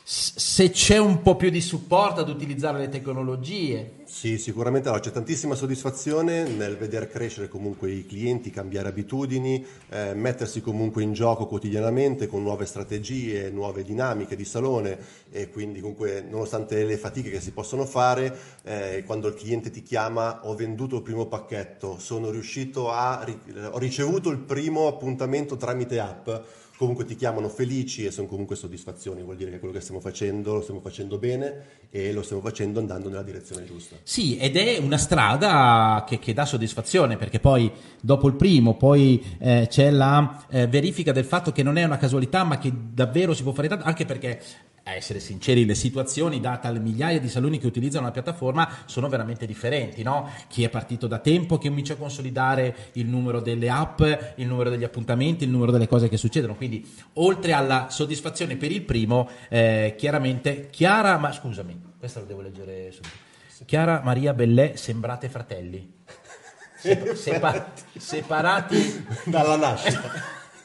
se c'è un po' più di supporto ad utilizzare le tecnologie? Sì, sicuramente. Allora, c'è tantissima soddisfazione nel vedere crescere comunque i clienti, cambiare abitudini, mettersi comunque in gioco quotidianamente con nuove strategie, nuove dinamiche di salone, e quindi comunque, nonostante le fatiche che si possono fare, quando il cliente ti chiama: ho venduto il primo pacchetto, sono riuscito ho ricevuto il primo appuntamento tramite app. Comunque ti chiamano felici e sono comunque soddisfazioni, vuol dire che quello che stiamo facendo lo stiamo facendo bene e lo stiamo facendo andando nella direzione giusta. Sì, ed è una strada che dà soddisfazione, perché poi dopo il primo poi c'è la verifica del fatto che non è una casualità, ma che davvero si può fare tanto, anche perché, a essere sinceri, le situazioni, date alle migliaia di saloni che utilizzano la piattaforma, sono veramente differenti, no? Chi è partito da tempo, che comincia a consolidare il numero delle app, il numero degli appuntamenti, il numero delle cose che succedono. Quindi, oltre alla soddisfazione per il primo, chiaramente, ma scusami, questa lo devo leggere subito. Chiara Maria Bellè, sembrate fratelli. Separati dalla nascita.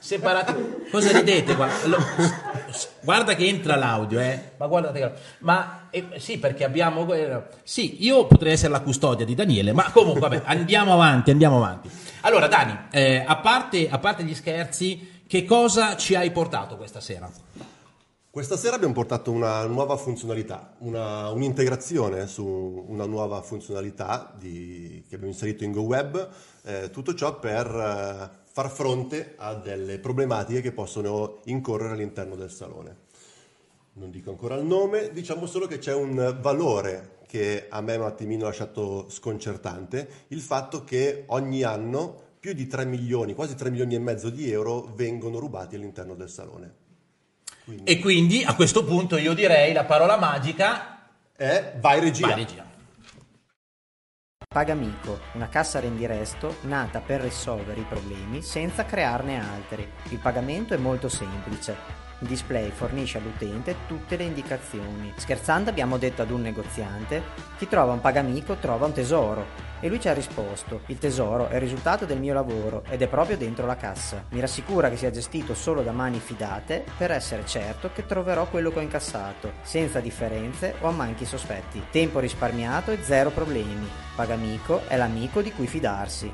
separati. Cosa ridete? Guarda che entra l'audio, ma guardate, sì, perché abbiamo, sì, io potrei essere la custodia di Daniele, ma comunque vabbè, andiamo avanti. Allora Dani, a parte gli scherzi, che cosa ci hai portato questa sera? Questa sera abbiamo portato una nuova funzionalità, un'integrazione su una nuova funzionalità che abbiamo inserito in GoWeb, tutto ciò per far fronte a delle problematiche che possono incorrere all'interno del salone. Non dico ancora il nome, diciamo solo che c'è un valore che a me è un attimino lasciato sconcertante, il fatto che ogni anno più di 3 milioni, quasi 3 milioni e mezzo di euro vengono rubati all'interno del salone. E quindi a questo punto io direi la parola magica è vai regia. Vai regia. Pagamico, una cassa rendiresto nata per risolvere i problemi senza crearne altri. Il pagamento è molto semplice. Il display fornisce all'utente tutte le indicazioni. Scherzando abbiamo detto ad un negoziante: chi trova un Pagamico trova un tesoro. E lui ci ha risposto: il tesoro è il risultato del mio lavoro ed è proprio dentro la cassa. Mi rassicura che sia gestito solo da mani fidate per essere certo che troverò quello che ho incassato, senza differenze o ammanchi sospetti. Tempo risparmiato e zero problemi. Pagamico è l'amico di cui fidarsi.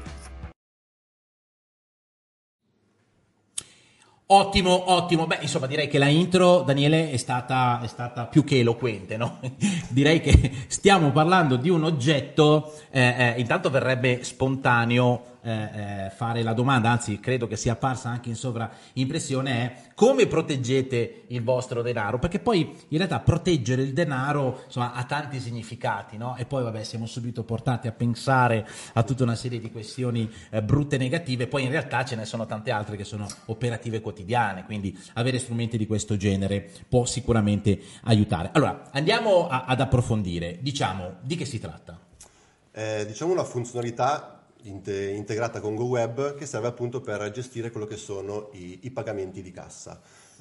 Ottimo. Beh, insomma, direi che la intro, Daniele, è stata più che eloquente, no? Direi che stiamo parlando di un oggetto, intanto verrebbe spontaneo fare la domanda, anzi credo che sia apparsa anche in sovraimpressione, è come proteggete il vostro denaro, perché poi in realtà proteggere il denaro, insomma, ha tanti significati, no? E poi vabbè, siamo subito portati a pensare a tutta una serie di questioni brutte e negative, poi in realtà ce ne sono tante altre che sono operative quotidiane, quindi avere strumenti di questo genere può sicuramente aiutare. Allora, andiamo ad approfondire, diciamo, di che si tratta? Diciamo una funzionalità integrata con GoWeb che serve appunto per gestire quello che sono i pagamenti di cassa.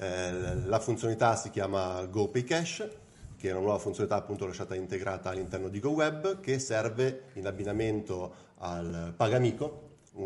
La funzionalità si chiama GoPay Cash, che è una nuova funzionalità appunto lasciata integrata all'interno di GoWeb, che serve in abbinamento al Pagamico,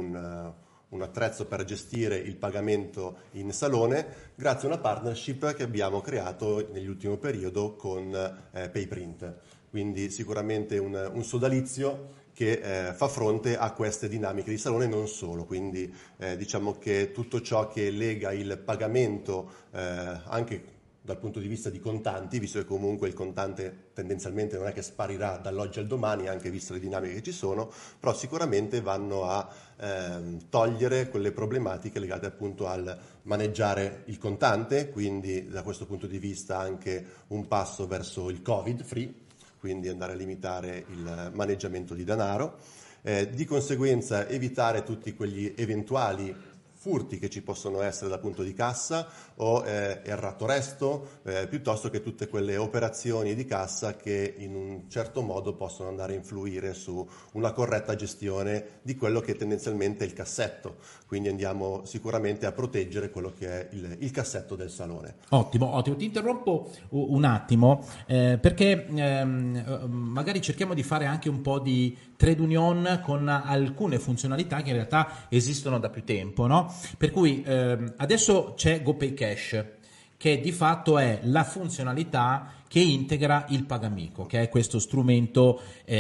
un attrezzo per gestire il pagamento in salone, grazie a una partnership che abbiamo creato nell'ultimo periodo con Payprint. Quindi sicuramente un sodalizio che fa fronte a queste dinamiche di salone, non solo. Quindi diciamo che tutto ciò che lega il pagamento anche dal punto di vista di contanti, visto che comunque il contante tendenzialmente non è che sparirà dall'oggi al domani, anche viste le dinamiche che ci sono, però sicuramente vanno a togliere quelle problematiche legate appunto al maneggiare il contante, quindi da questo punto di vista anche un passo verso il Covid free, quindi andare a limitare il maneggiamento di denaro, di conseguenza evitare tutti quegli eventuali furti che ci possono essere dal punto di cassa o errato resto, piuttosto che tutte quelle operazioni di cassa che in un certo modo possono andare a influire su una corretta gestione di quello che tendenzialmente è il cassetto. Quindi andiamo sicuramente a proteggere quello che è il cassetto del salone. Ottimo. Ti interrompo un attimo perché magari cerchiamo di fare anche un po' di trade union con alcune funzionalità che in realtà esistono da più tempo, no? Per cui adesso c'è GoPay Cash, che di fatto è la funzionalità che integra il Pagamico, che è questo strumento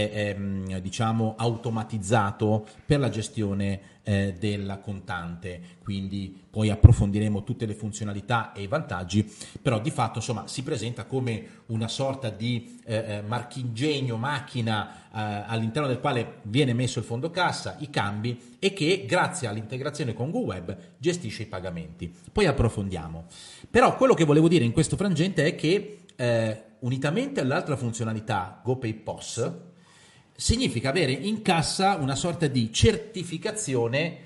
diciamo automatizzato per la gestione del contante. Quindi poi approfondiremo tutte le funzionalità e i vantaggi, però di fatto insomma si presenta come una sorta di marchingegno, macchina all'interno del quale viene messo il fondo cassa, i cambi, e che grazie all'integrazione con GoWeb gestisce i pagamenti. Poi approfondiamo. Però quello che volevo dire in questo frangente è che unitamente all'altra funzionalità GoPay POS significa avere in cassa una sorta di certificazione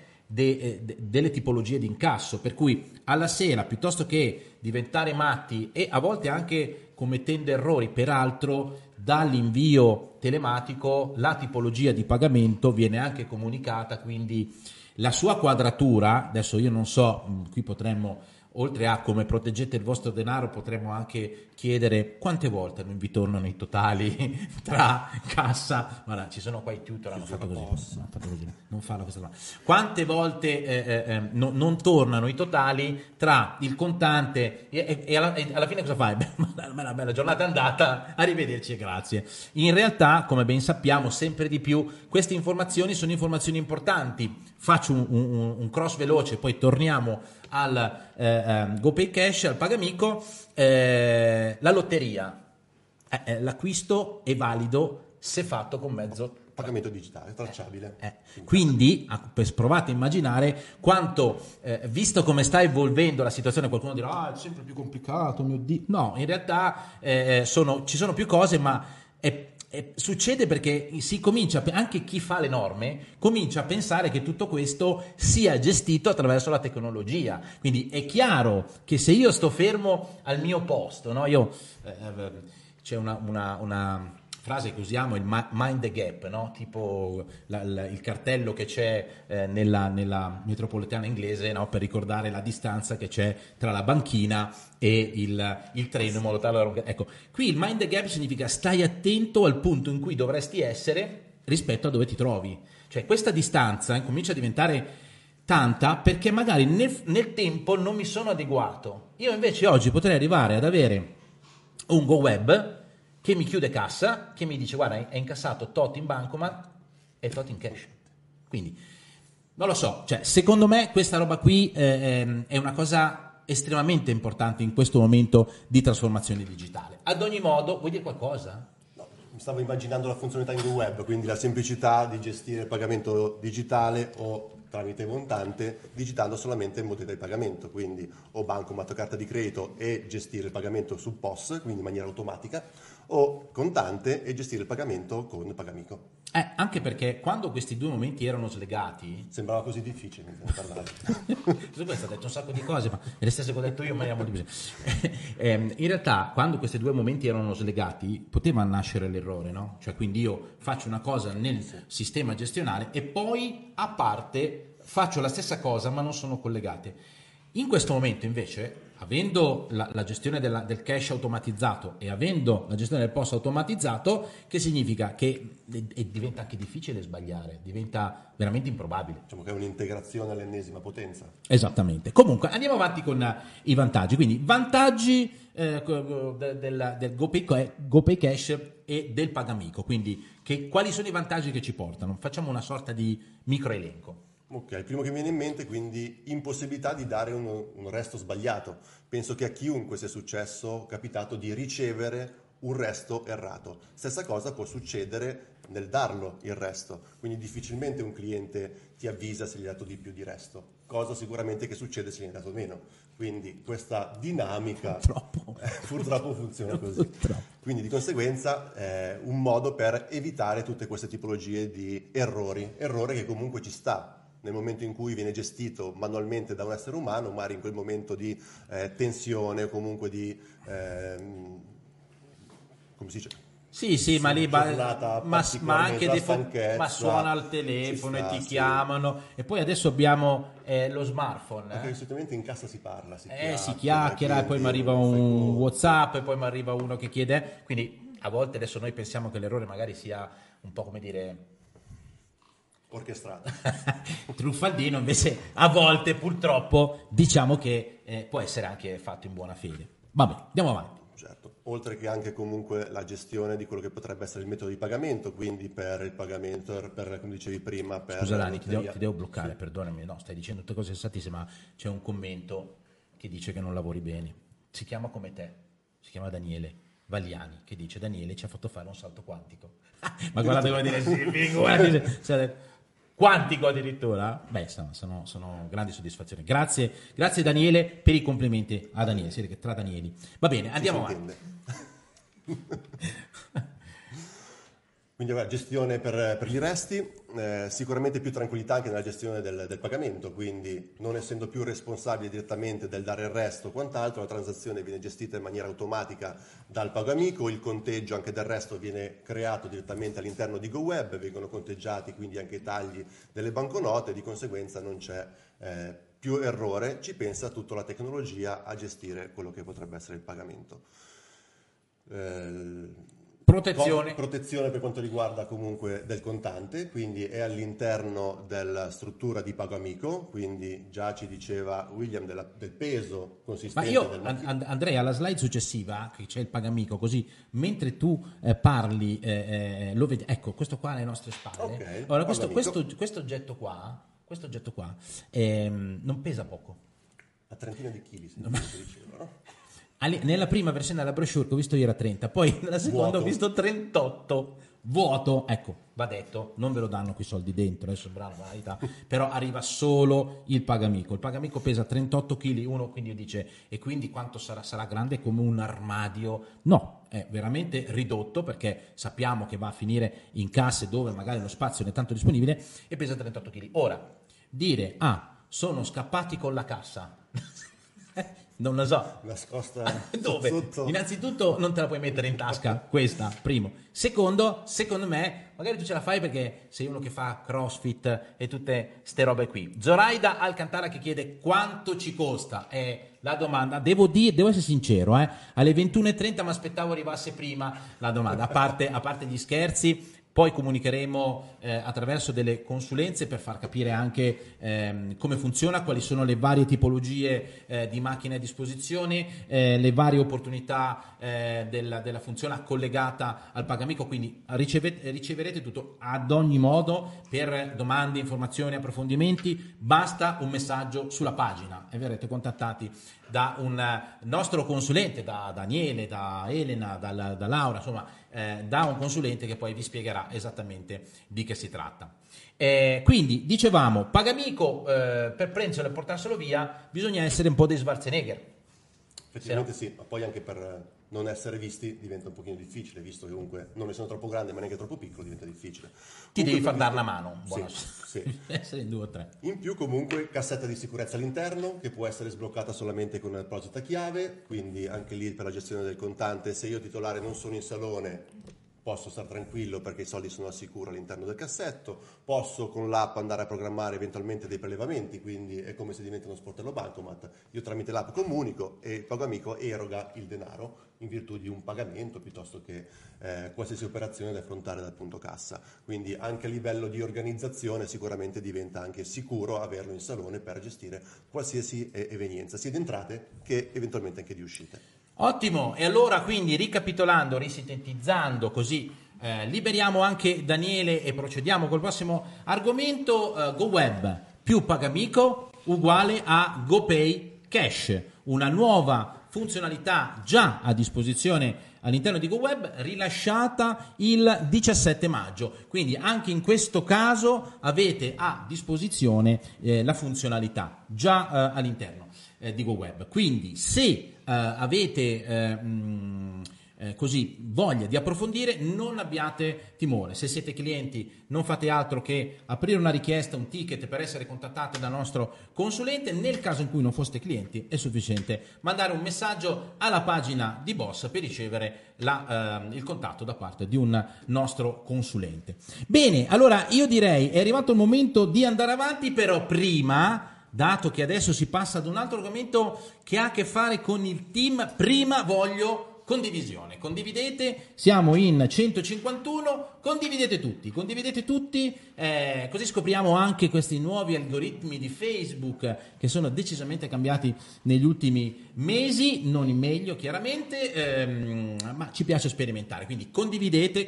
delle tipologie di incasso, per cui alla sera, piuttosto che diventare matti e a volte anche commettendo errori, peraltro dall'invio telematico la tipologia di pagamento viene anche comunicata, quindi la sua quadratura, adesso io non so, qui potremmo oltre a come proteggete il vostro denaro, potremmo anche chiedere quante volte non vi tornano i totali tra cassa. Guarda, ci sono qua i tutor, hanno fatto così. Non farla questa domanda. Quante volte non tornano i totali tra il contante e alla fine cosa fai? Una bella giornata andata, arrivederci e grazie. In realtà, come ben sappiamo, sempre di più queste informazioni sono informazioni importanti. Faccio un cross veloce, poi torniamo al GoPay Cash, al Pagamico. La lotteria, l'acquisto è valido se fatto con mezzo Pagamento digitale, tracciabile. Quindi provate a immaginare quanto, visto come sta evolvendo la situazione, qualcuno dirà è sempre più complicato, mio Dio. No, in realtà ci sono più cose, ma succede perché si comincia, anche chi fa le norme comincia a pensare che tutto questo sia gestito attraverso la tecnologia. Quindi è chiaro che se io sto fermo al mio posto, no? C'è una frase che usiamo, il mind the gap, no? Tipo il cartello che c'è nella metropolitana inglese, no? Per ricordare la distanza che c'è tra la banchina e il treno, in modo tale, ecco, qui il mind the gap significa stai attento al punto in cui dovresti essere rispetto a dove ti trovi. Cioè questa distanza comincia a diventare tanta perché magari nel tempo non mi sono adeguato. Io invece oggi potrei arrivare ad avere un GoWeb che mi chiude cassa, che mi dice guarda, è incassato tot in bancomat e tot in cash. Quindi non lo so, cioè secondo me questa roba qui è una cosa estremamente importante in questo momento di trasformazione digitale. Ad ogni modo, vuoi dire qualcosa? No, mi stavo immaginando la funzionalità in web, quindi la semplicità di gestire il pagamento digitale o tramite contante, digitando solamente il modalità di pagamento, quindi o bancomat o carta di credito e gestire il pagamento sul POS, quindi in maniera automatica, o contante e gestire il pagamento con Pagamico. Anche perché quando questi due momenti erano slegati sembrava così difficile parlare. Questo ha detto un sacco di cose, ma è le stesse che ho detto io, ma molto in realtà quando questi due momenti erano slegati poteva nascere l'errore, no? Cioè quindi io faccio una cosa nel sistema gestionale e poi a parte faccio la stessa cosa ma non sono collegate. In questo momento invece, avendo la gestione del cash automatizzato e avendo la gestione del POS automatizzato, che significa che diventa anche difficile sbagliare, diventa veramente improbabile. Diciamo che è un'integrazione all'ennesima potenza. Esattamente. Comunque andiamo avanti con i vantaggi. Quindi vantaggi del GoPay Cash e del Pagamico. Quindi quali sono i vantaggi che ci portano? Facciamo una sorta di microelenco. Ok, il primo che mi viene in mente, quindi impossibilità di dare un resto sbagliato. Penso che a chiunque sia capitato di ricevere un resto errato. Stessa cosa può succedere nel darlo il resto, quindi difficilmente un cliente ti avvisa se gli hai dato di più di resto, cosa sicuramente che succede se gli hai dato meno. Quindi questa dinamica purtroppo funziona così. Quindi di conseguenza è un modo per evitare tutte queste tipologie di errore che comunque ci sta. Nel momento in cui viene gestito manualmente da un essere umano, magari in quel momento di tensione o comunque di come si dice? Sì, ma lì ma anche stanchezza, suona al telefono e ti chiamano e poi adesso abbiamo lo smartphone. Perché solitamente in cassa si parla, si chiacchiera e poi mi arriva un WhatsApp e poi mi arriva uno che chiede, quindi a volte adesso noi pensiamo che l'errore magari sia un po' come dire orchestrato. Truffaldino, invece a volte purtroppo diciamo che può essere anche fatto in buona fede. Vabbè, andiamo avanti. Certo, oltre che anche comunque la gestione di quello che potrebbe essere il metodo di pagamento, quindi per il pagamento, per come dicevi prima, per scusa Dani, ti devo bloccare, sì. Perdonami, no, stai dicendo tutte cose sensatissime, ma c'è un commento che dice che non lavori bene. Si chiama come te, si chiama Daniele Vagliani, che dice Daniele ci ha fatto fare un salto quantico. Ma guardate come dire, sì, figurati, quantico addirittura. Beh, sono grandi soddisfazioni. Grazie Daniele per i complimenti a Daniele, si vede che tra Danieli. Va bene, andiamo avanti. Quindi gestione per gli resti, sicuramente più tranquillità anche nella gestione del pagamento, quindi non essendo più responsabile direttamente del dare il resto o quant'altro, la transazione viene gestita in maniera automatica dal Pagamico, il conteggio anche del resto viene creato direttamente all'interno di GoWeb, vengono conteggiati quindi anche i tagli delle banconote, di conseguenza non c'è più errore, ci pensa tutta la tecnologia a gestire quello che potrebbe essere il pagamento. Protezione per quanto riguarda comunque del contante, quindi è all'interno della struttura di Pago Amico, quindi già ci diceva William del peso consistente. Ma io andrei alla slide successiva, che c'è il Pagamico, così mentre tu parli lo vedi, ecco, questo qua alle nostre spalle. Okay, allora, questo oggetto qua non pesa poco. A trentina di chili, se diceva, no? Nella prima versione della brochure che ho visto io era 30, poi nella seconda ho visto 38, vuoto, ecco, va detto, non ve lo danno quei soldi dentro, adesso bravo, banalità, però arriva solo il Pagamico. Il Pagamico pesa 38 kg, uno quindi dice, e quindi quanto sarà? Sarà grande come un armadio? No, è veramente ridotto, perché sappiamo che va a finire in casse dove magari lo spazio non è tanto disponibile, e pesa 38 kg. Ora, dire, sono scappati con la cassa... Non lo so. Nascosta dove? sotto. Innanzitutto non te la puoi mettere in tasca, questa, primo. Secondo me, magari tu ce la fai perché sei uno che fa CrossFit e tutte ste robe qui. Zoraida Alcantara che chiede quanto ci costa. È la domanda. Devo essere sincero, alle 21:30 mi aspettavo arrivasse prima la domanda. A parte gli scherzi. Poi comunicheremo attraverso delle consulenze per far capire anche come funziona, quali sono le varie tipologie di macchine a disposizione, le varie opportunità della funzione collegata al Pagamico, quindi riceverete tutto. Ad ogni modo, per domande, informazioni, approfondimenti, basta un messaggio sulla pagina e verrete contattati da un nostro consulente, da Daniele, da Elena, da Laura, insomma da un consulente che poi vi spiegherà esattamente di che si tratta. Quindi dicevamo, Pagamico, per prenderselo e portarselo via bisogna essere un po' dei Schwarzenegger. Effettivamente sì, ma poi anche per non essere visti diventa un pochino difficile, visto che comunque non essendo troppo grande ma neanche troppo piccolo diventa difficile. Ti devi far dare una mano. Sì. Essere in 2 o 3. In più comunque cassetta di sicurezza all'interno che può essere sbloccata solamente con un'apposita chiave, quindi anche lì per la gestione del contante, se io titolare non sono in salone posso stare tranquillo perché i soldi sono al sicuro all'interno del cassetto, posso con l'app andare a programmare eventualmente dei prelevamenti, quindi è come se diventa uno sportello bancomat, io tramite l'app comunico e il Pago Amico eroga il denaro in virtù di un pagamento piuttosto che qualsiasi operazione da affrontare dal punto cassa, quindi anche a livello di organizzazione sicuramente diventa anche sicuro averlo in salone per gestire qualsiasi evenienza, sia di entrate che eventualmente anche di uscite. Ottimo, e allora quindi ricapitolando, risintetizzando, così liberiamo anche Daniele e procediamo col prossimo argomento. GoWeb più Pagamico uguale a GoPay Cash, una nuova funzionalità già a disposizione all'interno di GoWeb, rilasciata il 17 maggio, quindi anche in questo caso avete a disposizione la funzionalità già all'interno di GoWeb. Quindi se avete così voglia di approfondire, non abbiate timore. Se siete clienti non fate altro che aprire una richiesta, un ticket per essere contattati dal nostro consulente. Nel caso in cui non foste clienti è sufficiente mandare un messaggio alla pagina di Boss per ricevere il contatto da parte di un nostro consulente. Bene, allora io direi è arrivato il momento di andare avanti, però prima, dato che adesso si passa ad un altro argomento che ha a che fare con il team, prima voglio condivisione. Condividete, siamo in 151, condividete tutti, così scopriamo anche questi nuovi algoritmi di Facebook che sono decisamente cambiati negli ultimi mesi, non in meglio chiaramente, ma ci piace sperimentare, quindi condividete.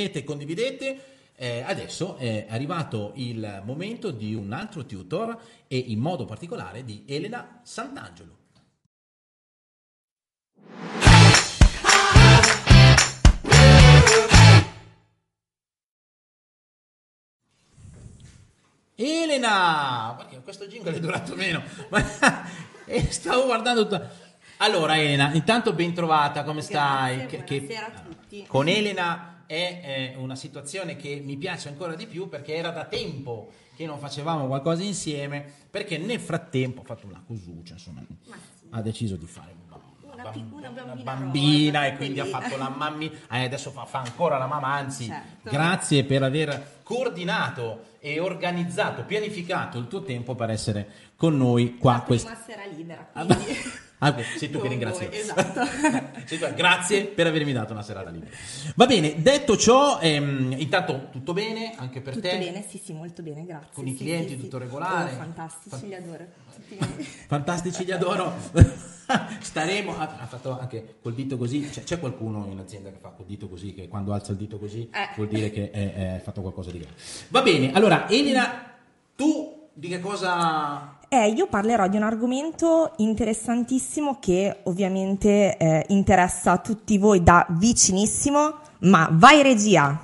Adesso è arrivato il momento di un altro tutor e in modo particolare di Elena Sant'Angelo. Elena, perché questo jingle è durato meno, stavo guardando Allora Elena, intanto ben trovata, come stai? Buonasera a tutti. Con Elena è una situazione che mi piace ancora di più perché era da tempo che non facevamo qualcosa insieme, perché nel frattempo ho fatto una cosuccia, insomma, ha deciso di fare una bambina rosa, e quindi ha piccolina. fatto la mamma, adesso fa ancora la mamma, anzi Certo. grazie per aver coordinato e organizzato, pianificato il tuo tempo per essere con noi qua. La prima sera libera, Ah, quindi... sei tu che Con ringrazio. voi, esatto. Sei tu, grazie per avermi dato una serata libera. Va bene, detto ciò, intanto tutto bene anche per Tutto te? bene, sì, molto bene, grazie. Con i Sì, clienti sì, tutto sì. regolare? Oh, fantastici, li adoro. Tutti- Fantastici, li adoro. Staremo. Ha fatto anche col dito così. C'è qualcuno in azienda che fa col dito così, che quando alza il dito così vuol dire che è fatto qualcosa di grave. Va bene, allora Elena, tu di che cosa... Io parlerò di un argomento interessantissimo che ovviamente interessa a tutti voi da vicinissimo, ma vai regia!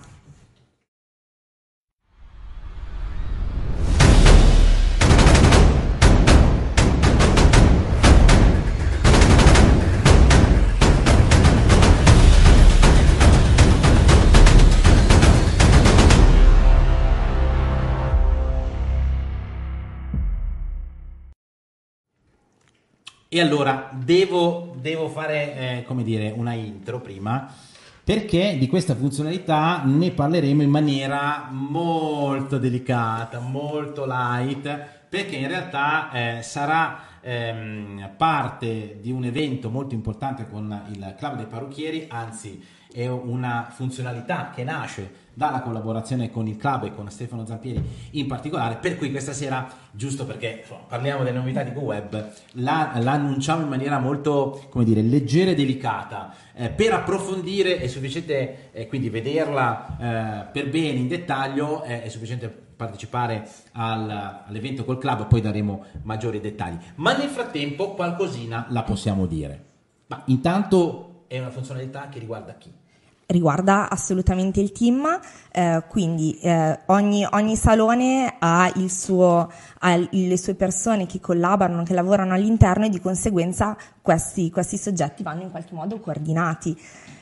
E allora devo fare, come dire, una intro prima, perché di questa funzionalità ne parleremo in maniera molto delicata, molto light, perché in realtà sarà parte di un evento molto importante con il Club dei Parrucchieri, anzi è una funzionalità che nasce dalla collaborazione con il club e con Stefano Zampieri in particolare, per cui questa sera, giusto perché insomma, parliamo delle novità di GoWeb, la annunciamo in maniera molto, come dire, leggera e delicata. Per approfondire è sufficiente, quindi vederla per bene in dettaglio, è sufficiente partecipare all'evento col club, poi daremo maggiori dettagli. Ma nel frattempo qualcosina la possiamo dire. Ma intanto è una funzionalità che riguarda chi? Riguarda assolutamente il team, quindi ogni salone ha le sue persone che collaborano, che lavorano all'interno, e di conseguenza questi soggetti vanno in qualche modo coordinati.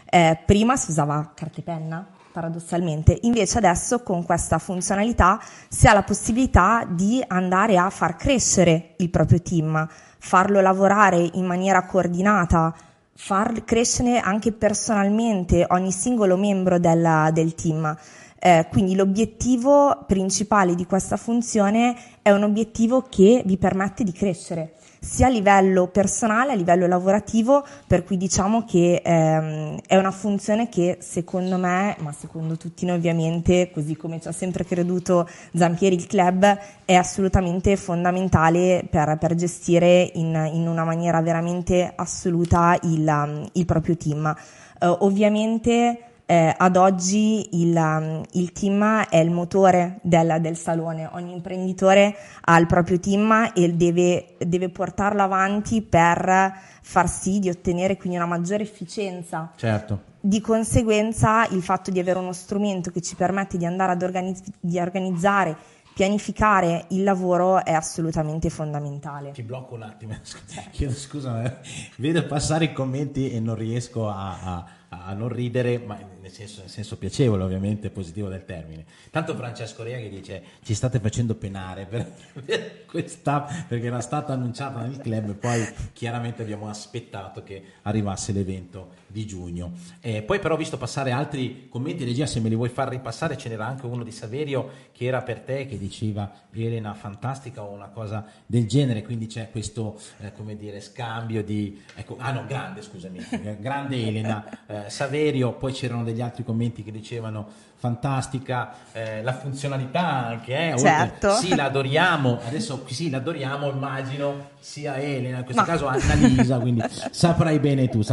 Prima si usava carta e penna, paradossalmente, invece adesso con questa funzionalità si ha la possibilità di andare a far crescere il proprio team, farlo lavorare in maniera coordinata, far crescere anche personalmente ogni singolo membro del team. Quindi l'obiettivo principale di questa funzione è un obiettivo che vi permette di crescere sia a livello personale, a livello lavorativo, per cui diciamo che è una funzione che secondo me, ma secondo tutti noi ovviamente, così come ci ha sempre creduto Zampieri il club, è assolutamente fondamentale per gestire in una maniera veramente assoluta il proprio team. Ovviamente ad oggi il team è il motore del salone. Ogni imprenditore ha il proprio team e deve portarlo avanti per far sì di ottenere quindi una maggiore efficienza. Certo. Di conseguenza il fatto di avere uno strumento che ci permette di andare di organizzare, pianificare il lavoro è assolutamente fondamentale. Ti blocco un attimo, chiedo scusa, vedo passare i commenti e non riesco a non ridere, ma nel senso piacevole, ovviamente, positivo del termine. Tanto Francesco Rea che dice: ci state facendo penare per questa, perché era stata annunciata nel club e poi chiaramente abbiamo aspettato che arrivasse l'evento di giugno. Poi però ho visto passare altri commenti, regia, se me li vuoi far ripassare. Ce n'era anche uno di Saverio che era per te, che diceva: Elena fantastica, o una cosa del genere. Quindi c'è questo come dire, scambio di grande, scusami, grande Elena, Saverio. Poi c'erano degli altri commenti che dicevano: fantastica, la funzionalità anche, certo. Oltre, sì, la adoriamo, adesso sì, la adoriamo, immagino sia Elena, in questo caso Annalisa, quindi saprai bene tu.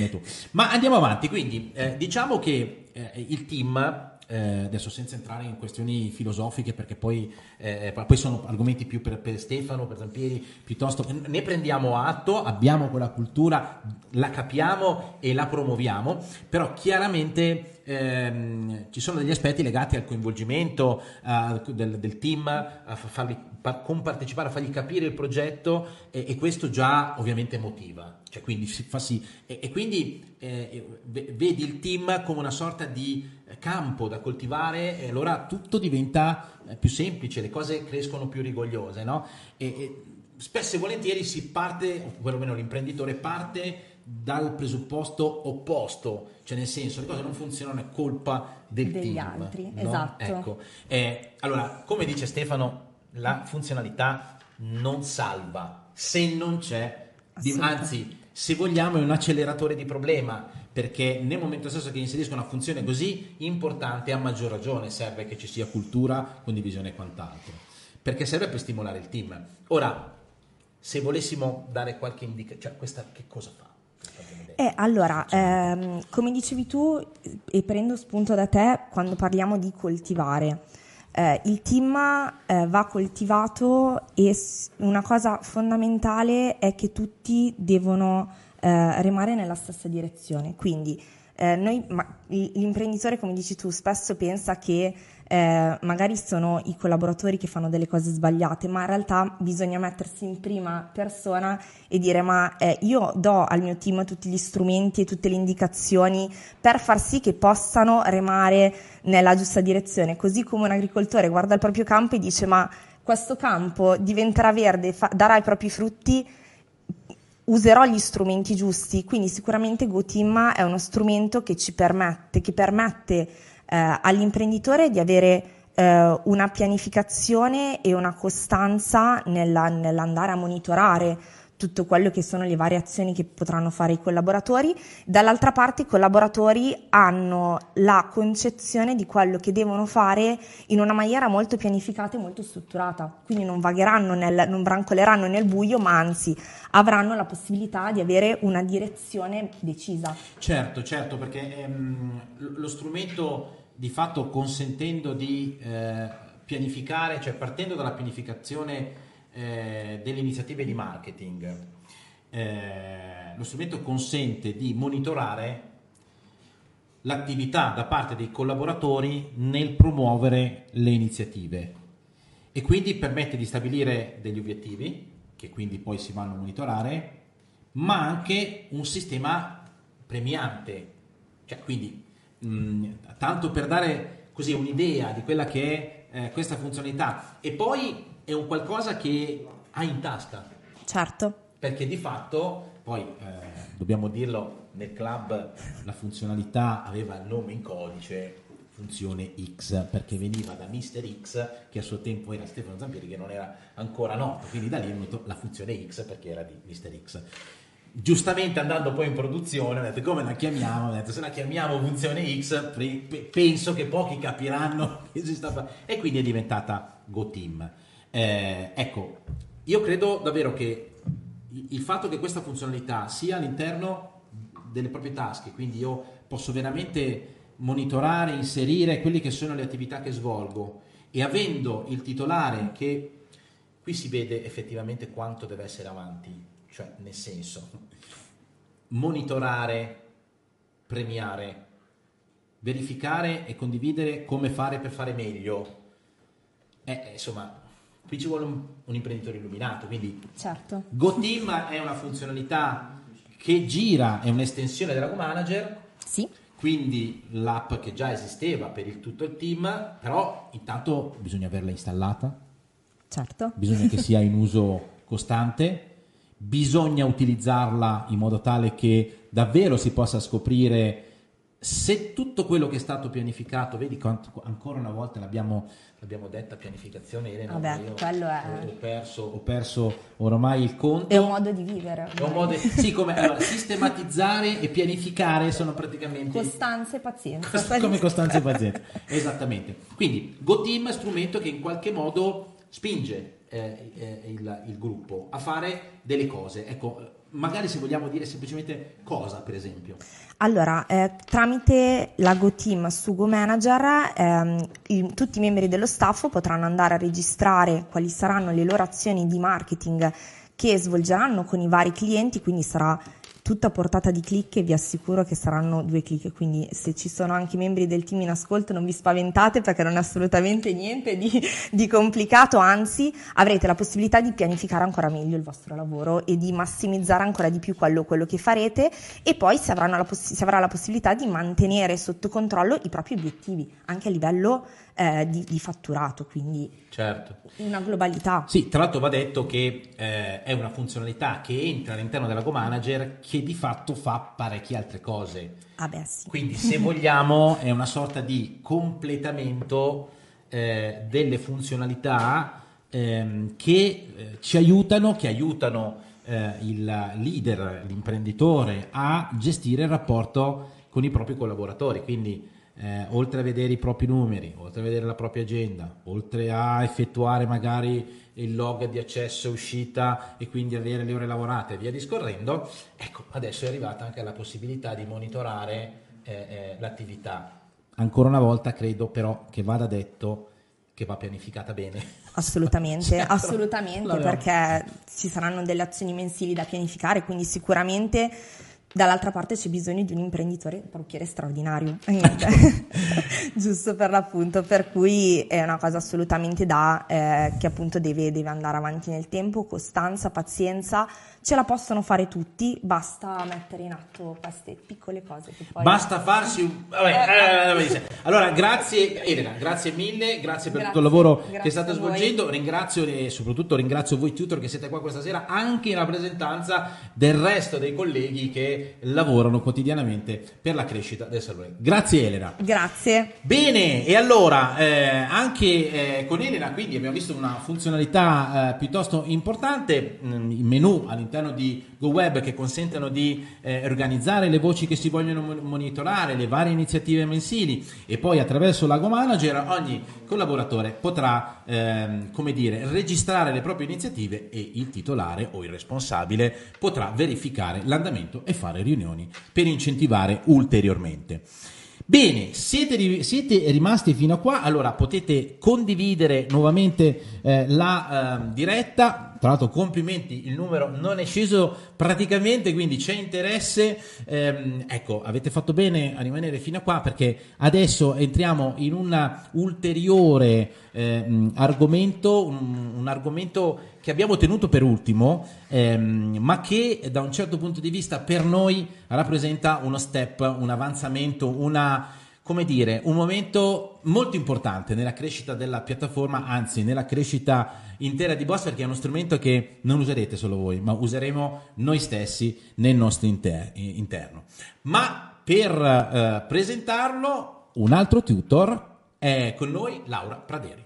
Ma andiamo avanti, quindi diciamo che il team, adesso senza entrare in questioni filosofiche, perché poi sono argomenti più per Stefano, per Zampieri, piuttosto ne prendiamo atto, abbiamo quella cultura, la capiamo e la promuoviamo, però chiaramente ci sono degli aspetti legati al coinvolgimento del team, a farli compartecipare, a fargli capire il progetto, e questo già ovviamente motiva, cioè quindi si fa sì, e quindi vedi il team come una sorta di campo da coltivare, e allora tutto diventa più semplice, le cose crescono più rigogliose, no? E spesso e volentieri si parte, o perlomeno l'imprenditore parte dal presupposto opposto, cioè nel senso le cose non funzionano, è colpa del Degli team, altri, no? esatto. Ecco. Allora, come dice Stefano, la funzionalità non salva se non c'è, anzi, se vogliamo è un acceleratore di problema, perché nel momento stesso che inserisco una funzione così importante, a maggior ragione serve che ci sia cultura, condivisione e quant'altro, perché serve per stimolare il team. Ora, se volessimo dare qualche indicazione, cioè questa che cosa fa? Allora, come dicevi tu, e prendo spunto da te quando parliamo di coltivare, il team va coltivato e una cosa fondamentale è che tutti devono remare nella stessa direzione. Quindi l'imprenditore, come dici tu, spesso pensa che magari sono i collaboratori che fanno delle cose sbagliate, ma in realtà bisogna mettersi in prima persona e dire io do al mio team tutti gli strumenti e tutte le indicazioni per far sì che possano remare nella giusta direzione, così come un agricoltore guarda il proprio campo e dice ma questo campo diventerà verde, darà i propri frutti, userò gli strumenti giusti. Quindi sicuramente GoTeam è uno strumento che permette all'imprenditore di avere una pianificazione e una costanza nell'andare a monitorare tutto quello che sono le variazioni che potranno fare i collaboratori. Dall'altra parte i collaboratori hanno la concezione di quello che devono fare in una maniera molto pianificata e molto strutturata, quindi non vagheranno, non brancoleranno nel buio, ma anzi avranno la possibilità di avere una direzione decisa. Certo, perché lo strumento di fatto, consentendo di pianificare, cioè partendo dalla pianificazione delle iniziative di marketing, lo strumento consente di monitorare l'attività da parte dei collaboratori nel promuovere le iniziative e quindi permette di stabilire degli obiettivi che quindi poi si vanno a monitorare, ma anche un sistema premiante, cioè quindi tanto per dare così un'idea di quella che è questa funzionalità, e poi è un qualcosa che ha in tasca. Certo. Perché di fatto, poi dobbiamo dirlo, nel club la funzionalità aveva il nome in codice, funzione X, perché veniva da Mr. X, che a suo tempo era Stefano Zampieri, che non era ancora noto, quindi da lì è venuto la funzione X perché era di Mr. X. Giustamente andando poi in produzione ho detto come la chiamiamo, ho detto se la chiamiamo funzione X penso che pochi capiranno che si sta e quindi è diventata GoTeam. Ecco, io credo davvero che il fatto che questa funzionalità sia all'interno delle proprie tasche, quindi io posso veramente monitorare, inserire quelle che sono le attività che svolgo, e avendo il titolare che qui si vede effettivamente quanto deve essere avanti, cioè nel senso monitorare, premiare, verificare e condividere come fare per fare meglio, insomma qui ci vuole un imprenditore illuminato. Quindi certo. GoTeam è una funzionalità che gira, è un'estensione della GoManager, sì, quindi l'app che già esisteva per tutto il team, però intanto bisogna averla installata, certo, bisogna che sia in uso costante, bisogna utilizzarla in modo tale che davvero si possa scoprire se tutto quello che è stato pianificato, vedi quanto, ancora una volta l'abbiamo detta pianificazione, Elena, vabbè, quello è ho perso ormai il conto. È un modo di vivere. È un modo, sì, come allora, sistematizzare e pianificare sono praticamente costanza e pazienza. Come costanza e pazienza, esattamente. Quindi GoTeam è strumento che in qualche modo spinge il gruppo a fare delle cose. Ecco, magari se vogliamo dire semplicemente cosa, per esempio. Allora, tramite la GoTeam su GoManager tutti i membri dello staff potranno andare a registrare quali saranno le loro azioni di marketing che svolgeranno con i vari clienti, quindi sarà tutta a portata di click e vi assicuro che saranno 2 click, quindi se ci sono anche membri del team in ascolto non vi spaventate perché non è assolutamente niente di complicato, anzi avrete la possibilità di pianificare ancora meglio il vostro lavoro e di massimizzare ancora di più quello che farete, e poi si avrà la possibilità di mantenere sotto controllo i propri obiettivi anche a livello di fatturato, quindi Certo. una globalità. Sì, tra l'altro va detto che è una funzionalità che entra all'interno della Go Manager che di fatto fa parecchie altre cose. Ah beh sì. Quindi se vogliamo è una sorta di completamento delle funzionalità che ci aiutano, il leader, l'imprenditore a gestire il rapporto con i propri collaboratori. Quindi oltre a vedere i propri numeri, oltre a vedere la propria agenda, oltre a effettuare magari il log di accesso e uscita e quindi avere le ore lavorate e via discorrendo, ecco, adesso è arrivata anche la possibilità di monitorare l'attività. Ancora una volta credo però che vada detto che va pianificata bene. Assolutamente, Certo. assolutamente, L'abbiamo. perché ci saranno delle azioni mensili da pianificare, quindi sicuramente dall'altra parte c'è bisogno di un imprenditore parrucchiere straordinario, giusto per l'appunto, per cui è una cosa assolutamente che appunto deve andare avanti nel tempo, costanza, pazienza, ce la possono fare tutti, basta mettere in atto queste piccole cose che poi... Basta farsi un... Allora, grazie Elena, grazie mille, grazie per tutto il Grazie, lavoro grazie che state a voi. svolgendo, ringrazio e soprattutto ringrazio voi tutor che siete qua questa sera, anche in rappresentanza del resto dei colleghi che lavorano quotidianamente per la crescita del salone. Grazie Elena. Grazie. Bene, e allora anche con Elena quindi abbiamo visto una funzionalità piuttosto importante, i menu all'interno di GoWeb che consentono di organizzare le voci che si vogliono monitorare, le varie iniziative mensili, e poi attraverso la Go Manager ogni collaboratore potrà registrare le proprie iniziative e il titolare o il responsabile potrà verificare l'andamento e fare riunioni per incentivare ulteriormente. Bene, siete rimasti fino a qua, allora potete condividere nuovamente la diretta. Tra l'altro complimenti, il numero non è sceso praticamente, quindi c'è interesse, ecco, avete fatto bene a rimanere fino a qua, perché adesso entriamo in un ulteriore argomento, un argomento che abbiamo tenuto per ultimo, ma che da un certo punto di vista per noi rappresenta uno step, un avanzamento, un momento molto importante nella crescita della piattaforma, anzi nella crescita intera di Boss, perché è uno strumento che non userete solo voi, ma useremo noi stessi nel nostro interno. Ma per presentarlo, un altro tutor è con noi, Laura Praderi.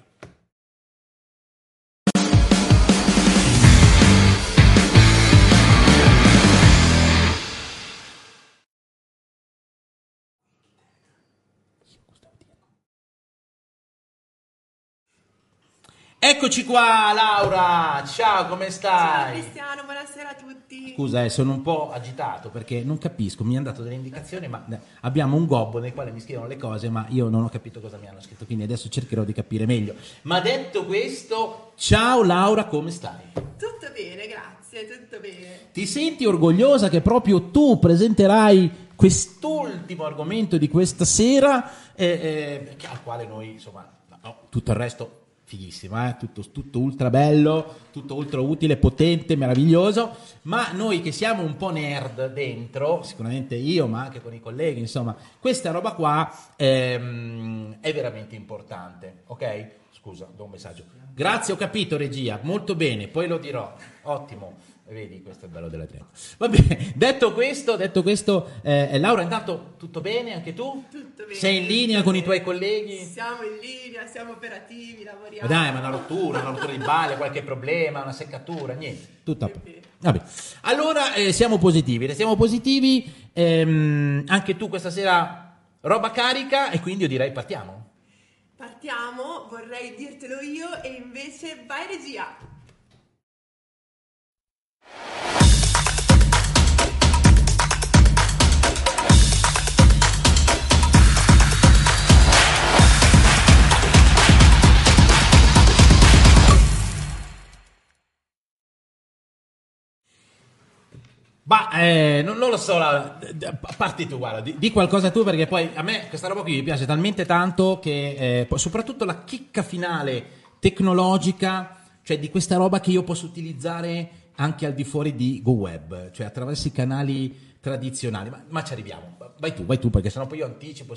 Eccoci qua Laura, ciao, come stai? Ciao Cristiano, buonasera a tutti. Scusa, sono un po' agitato perché non capisco, mi hanno dato delle indicazioni, ma abbiamo un gobbo nel quale mi scrivono le cose, ma io non ho capito cosa mi hanno scritto, quindi adesso cercherò di capire meglio. Ma detto questo, ciao Laura, come stai? Tutto bene, grazie, tutto bene. Ti senti orgogliosa che proprio tu presenterai quest'ultimo argomento di questa sera, al quale noi, insomma, tutto il resto... fighissima, tutto ultra bello, tutto ultra utile, potente, meraviglioso, ma noi che siamo un po' nerd dentro, sicuramente io, ma anche con i colleghi, insomma, questa roba qua è veramente importante, ok? Scusa, do un messaggio. Grazie, ho capito regia, molto bene, poi lo dirò, ottimo. Vedi, questo è il bello della diretta. Va bene, detto questo, Laura, intanto tutto bene anche tu? Tutto bene. Sei in linea con i tuoi colleghi? Siamo in linea, siamo operativi, lavoriamo. Ma dai, ma una rottura di balle, qualche problema, una seccatura, niente. Tutto a posto. Vabbè. Allora siamo positivi, restiamo positivi. Anche tu questa sera roba carica e quindi io direi partiamo. Partiamo, vorrei dirtelo io e invece vai regia. Non lo so, Laura, parti tu, guarda, di qualcosa tu, perché poi a me questa roba qui mi piace talmente tanto che soprattutto la chicca finale tecnologica, cioè di questa roba che io posso utilizzare anche al di fuori di GoWeb, cioè attraverso i canali tradizionali, ma ci arriviamo. Vai tu, perché sennò poi io anticipo,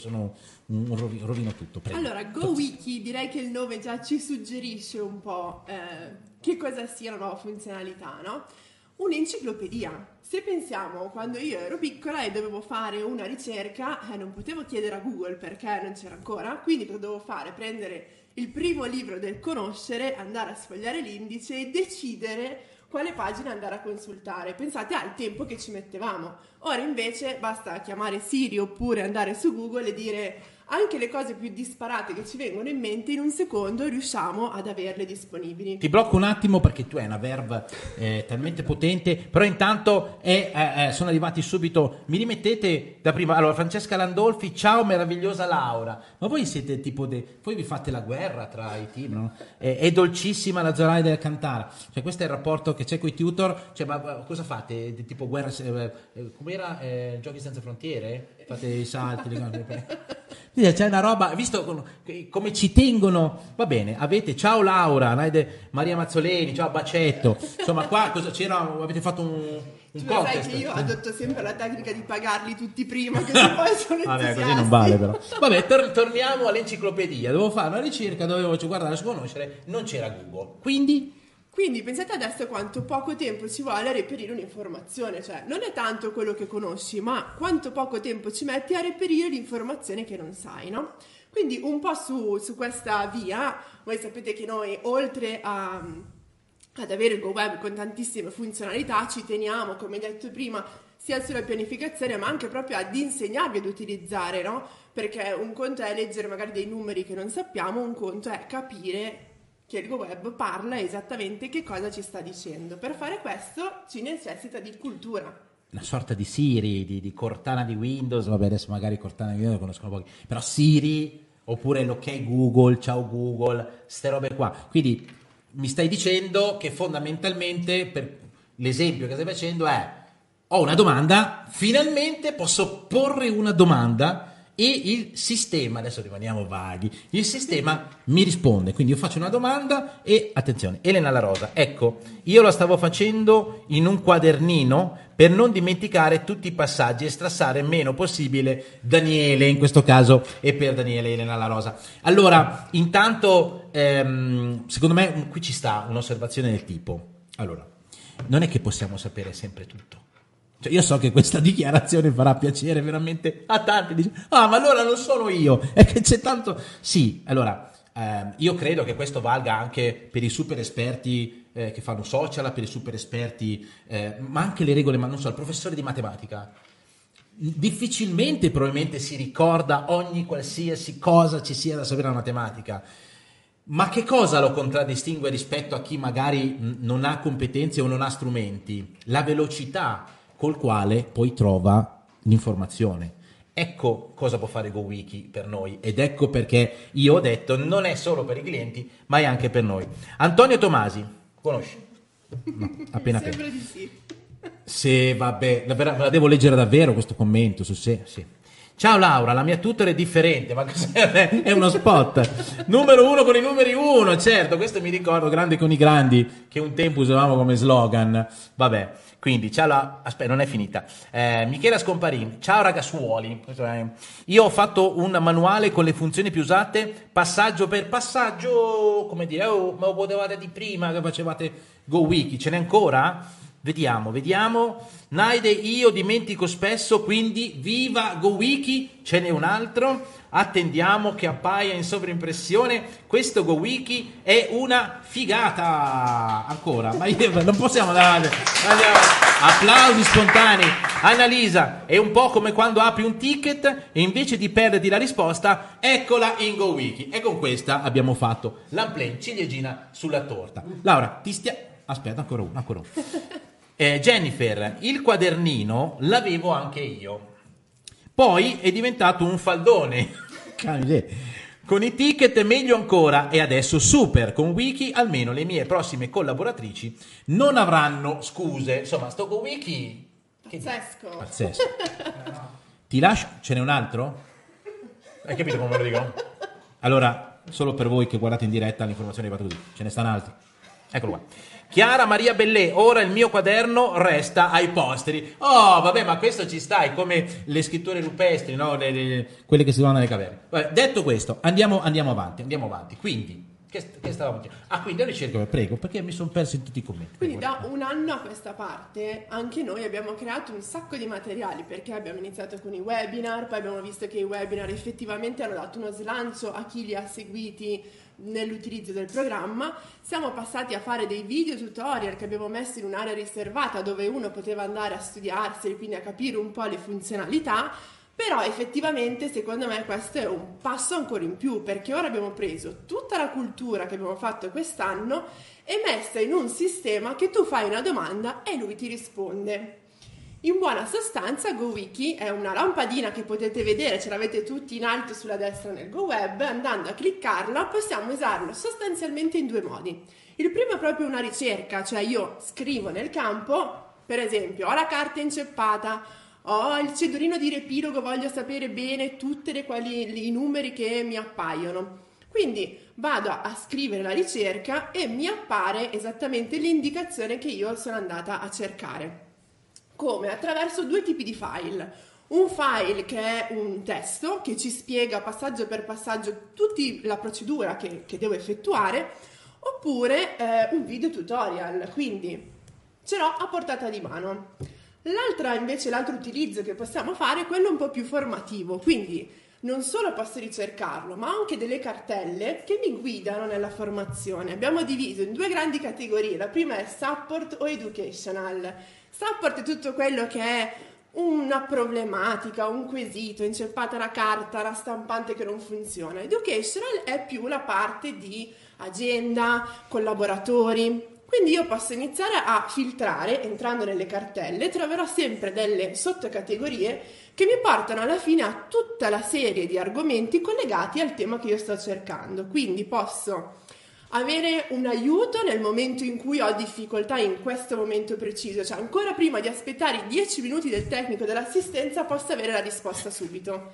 rovino tutto. Prego. Allora, GoWiki direi che il nome già ci suggerisce un po' che cosa sia una nuova funzionalità, no? Un'enciclopedia. Se pensiamo, quando io ero piccola e dovevo fare una ricerca, non potevo chiedere a Google perché non c'era ancora, quindi cosa dovevo fare? Prendere il primo libro del conoscere, andare a sfogliare l'indice e decidere quale pagina andare a consultare. Pensate al tempo che ci mettevamo. Ora invece basta chiamare Siri oppure andare su Google e dire anche le cose più disparate che ci vengono in mente, in un secondo riusciamo ad averle disponibili. Ti blocco un attimo perché tu hai una verve talmente potente, però intanto sono arrivati subito, mi rimettete da prima. Allora, Francesca Landolfi, ciao meravigliosa Laura, ma voi siete tipo voi vi fate la guerra tra i team, no? È dolcissima la Zoraida del Cantara, cioè questo è il rapporto che c'è con i tutor, cioè ma cosa fate? Tipo guerra, com'era Giochi senza frontiere? Fate i salti, le cose. C'è una roba, visto come ci tengono, va bene, ciao Laura, Maria Mazzoleni, ciao Bacetto, insomma qua cosa c'era, avete fatto un contest. Sai che io adotto sempre la tecnica di pagarli tutti prima, che se poi sono vabbè, così non vale però. Vabbè, torniamo all'enciclopedia, dovevo fare una ricerca, dovevo guardare su conoscere, non c'era Google, Quindi pensate adesso quanto poco tempo ci vuole a reperire un'informazione, cioè non è tanto quello che conosci, ma quanto poco tempo ci metti a reperire l'informazione che non sai, no? Quindi un po' su questa via, voi sapete che noi oltre ad avere il GoWeb con tantissime funzionalità ci teniamo, come detto prima, sia sulla pianificazione ma anche proprio ad insegnarvi ad utilizzare, no? Perché un conto è leggere magari dei numeri che non sappiamo, un conto è capire che il GoWeb parla esattamente che cosa ci sta dicendo. Per fare questo ci necessita di cultura. Una sorta di Siri, di Cortana di Windows, vabbè adesso magari Cortana di Windows lo conoscono pochi, però Siri, oppure l'ok Google, ciao Google, ste robe qua. Quindi mi stai dicendo che fondamentalmente, per l'esempio che stai facendo è, ho una domanda, finalmente posso porre una domanda e il sistema, adesso rimaniamo vaghi, il sistema mi risponde, quindi io faccio una domanda e attenzione, Elena La Rosa, ecco, io la stavo facendo in un quadernino per non dimenticare tutti i passaggi e strassare meno possibile Daniele, in questo caso è per Daniele Elena La Rosa. Allora, intanto, secondo me qui ci sta un'osservazione del tipo, allora, non è che possiamo sapere sempre tutto. Cioè io so che questa dichiarazione farà piacere veramente a tanti, dice, ma allora non sono io, è che c'è tanto... Sì, allora, io credo che questo valga anche per i super esperti che fanno social, per i super esperti, ma anche le regole, ma non so, il professore di matematica. Difficilmente probabilmente si ricorda ogni qualsiasi cosa ci sia da sapere la matematica. Ma che cosa lo contraddistingue rispetto a chi magari non ha competenze o non ha strumenti? La velocità col quale poi trova l'informazione. Ecco cosa può fare GoWiki per noi ed ecco perché io ho detto non è solo per i clienti ma è anche per noi. Antonio Tomasi, conosci? No, appena. Sembra di sì. Sì, vabbè, me la devo leggere davvero questo commento su se, sì. Ciao Laura, la mia tutor è differente, ma cos'è? È uno spot. Numero 1 con i numeri 1, certo, questo mi ricordo, grande con i grandi, che un tempo usavamo come slogan. Vabbè, quindi, ciao aspetta, non è finita. Michela Scomparin, ciao ragazzuoli. Io ho fatto un manuale con le funzioni più usate, passaggio per passaggio, come dire, ma lo potevate di prima che facevate GoWiki, ce n'è ancora? Vediamo. Naide, io dimentico spesso, quindi viva GoWiki, ce n'è un altro. Attendiamo che appaia in sovraimpressione. Questo GoWiki è una figata. Ancora, ma non possiamo andare. Applausi spontanei. Annalisa, è un po' come quando apri un ticket e invece di perderti la risposta, eccola in GoWiki. E con questa abbiamo fatto l'unplane ciliegina sulla torta. Laura, aspetta, ancora uno. Jennifer, il quadernino l'avevo anche io, poi è diventato un faldone con i ticket meglio ancora e adesso super, con Wiki almeno le mie prossime collaboratrici non avranno scuse. Insomma, sto con Wiki pazzesco. Ti lascio, ce n'è un altro? Hai capito come lo dico? Allora, solo per voi che guardate in diretta l'informazione è arrivata così, ce ne stanno altri. Eccolo qua. Chiara Maria Bellè, ora il mio quaderno resta ai posteri. Oh, vabbè, ma questo ci sta, è come le scritture rupestri, no? Quelle che si trovano nelle caverne. Vabbè, detto questo, andiamo avanti. Quindi, che stavamo dicendo? Quindi la ricerca, prego, perché mi sono perso in tutti i commenti. Quindi da un anno a questa parte anche noi abbiamo creato un sacco di materiali, perché abbiamo iniziato con i webinar, poi abbiamo visto che i webinar effettivamente hanno dato uno slancio a chi li ha seguiti nell'utilizzo del programma. Siamo passati a fare dei video tutorial che abbiamo messo in un'area riservata dove uno poteva andare a studiarseli, quindi a capire un po' le funzionalità. Però effettivamente secondo me questo è un passo ancora in più, perché ora abbiamo preso tutta la cultura che abbiamo fatto quest'anno e messa in un sistema che tu fai una domanda e lui ti risponde. In buona sostanza GoWiki è una lampadina che potete vedere, ce l'avete tutti in alto sulla destra nel GoWeb. Andando a cliccarla possiamo usarlo sostanzialmente in due modi. Il primo è proprio una ricerca, cioè io scrivo nel campo, per esempio, ho la carta inceppata, ho il cedolino di riepilogo, voglio sapere bene tutti i numeri che mi appaiono. Quindi vado a scrivere la ricerca e mi appare esattamente l'indicazione che io sono andata a cercare. Come? Attraverso due tipi di file. Un file che è un testo che ci spiega passaggio per passaggio tutta la procedura che devo effettuare, oppure un video tutorial, quindi ce l'ho a portata di mano. L'altro utilizzo che possiamo fare è quello un po' più formativo, quindi non solo posso ricercarlo, ma ho anche delle cartelle che mi guidano nella formazione. Abbiamo diviso in due grandi categorie, la prima è support o educational. Support è tutto quello che è una problematica, un quesito, inceppata la carta, la stampante che non funziona. Educational è più la parte di agenda, collaboratori. Quindi io posso iniziare a filtrare, entrando nelle cartelle, troverò sempre delle sottocategorie che mi portano alla fine a tutta la serie di argomenti collegati al tema che io sto cercando. Quindi posso avere un aiuto nel momento in cui ho difficoltà in questo momento preciso, cioè ancora prima di aspettare i 10 minuti del tecnico dell'assistenza posso avere la risposta subito.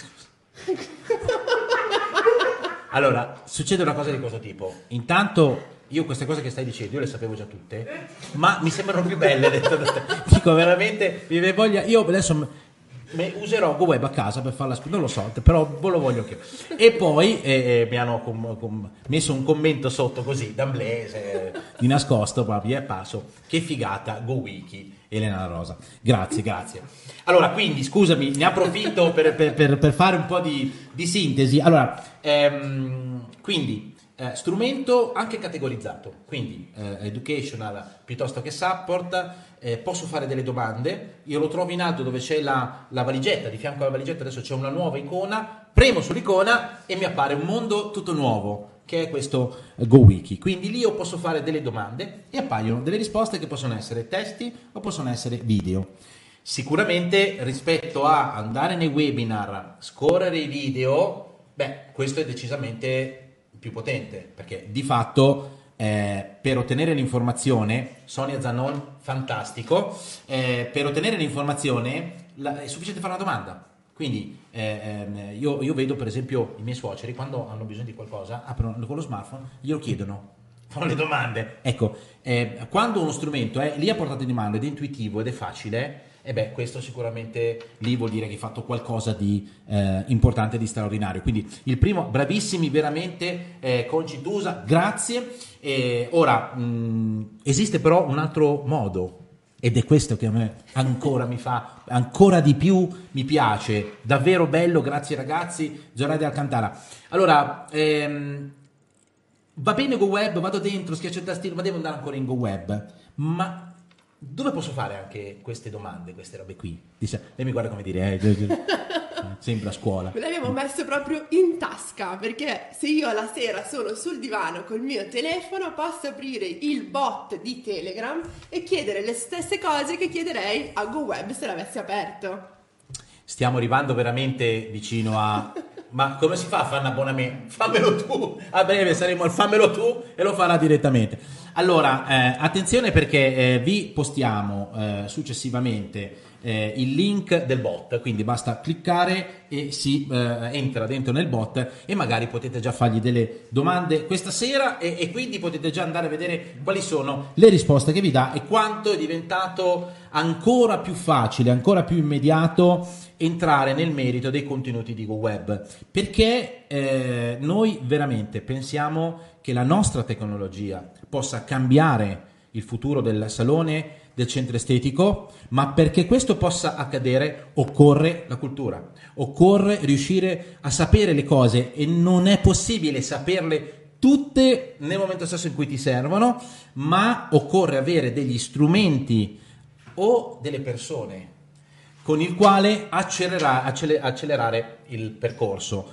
Allora, succede una cosa di questo tipo. Intanto io queste cose che stai dicendo, io le sapevo già tutte, ma mi sembrano più belle dette da te. Dico veramente, mi viene voglia, io adesso userò GoWeb a casa per farla, non lo so, però lo voglio anche. E poi mi hanno messo un commento sotto così, d'amblè, di nascosto, proprio è apparso, che figata GoWiki, Elena La Rosa. Grazie. Allora, quindi, scusami, ne approfitto per fare un po' di sintesi. Allora, quindi, strumento anche categorizzato, quindi educational piuttosto che support, posso fare delle domande, io lo trovo in alto dove c'è la valigetta, di fianco alla valigetta adesso c'è una nuova icona, premo sull'icona e mi appare un mondo tutto nuovo, che è questo GoWiki. Quindi lì io posso fare delle domande e appaiono delle risposte che possono essere testi o possono essere video. Sicuramente rispetto a andare nei webinar, scorrere i video, questo è decisamente più potente, perché di fatto per ottenere l'informazione, Sonia Zanon, fantastico, per ottenere l'informazione è sufficiente fare una domanda. Quindi io vedo per esempio i miei suoceri, quando hanno bisogno di qualcosa, aprono con lo smartphone, glielo chiedono, fanno le domande. Ecco, quando uno strumento è lì a portata di mano ed è intuitivo ed è facile, questo sicuramente lì vuol dire che hai fatto qualcosa di importante, di straordinario. Quindi il primo, bravissimi veramente, Concitusa, grazie. Ora esiste però un altro modo, ed è questo che a me ancora mi fa ancora di più, mi piace, davvero bello. Grazie ragazzi, Giornata di Alcantara. Allora, va bene GoWeb, vado dentro, schiaccio il tastino, ma devo andare ancora in GoWeb, ma dove posso fare anche queste domande, queste robe qui? Dice, lei mi guarda come dire, sembra a scuola. Me l'abbiamo messo proprio in tasca, perché se io la sera sono sul divano col mio telefono posso aprire il bot di Telegram e chiedere le stesse cose che chiederei a GoWeb se l'avessi aperto. Stiamo arrivando veramente vicino a... Ma come si fa a fare un abbonamento? Fammelo tu, a breve saremo al fammelo tu e lo farà direttamente. Allora, attenzione perché vi postiamo successivamente il link del bot, quindi basta cliccare e si entra dentro nel bot e magari potete già fargli delle domande questa sera e quindi potete già andare a vedere quali sono le risposte che vi dà e quanto è diventato ancora più facile, ancora più immediato entrare nel merito dei contenuti di GoWeb, perché noi veramente pensiamo che la nostra tecnologia possa cambiare il futuro del salone, del centro estetico, ma perché questo possa accadere occorre la cultura, occorre riuscire a sapere le cose e non è possibile saperle tutte nel momento stesso in cui ti servono, ma occorre avere degli strumenti o delle persone con il quale accelerare il percorso.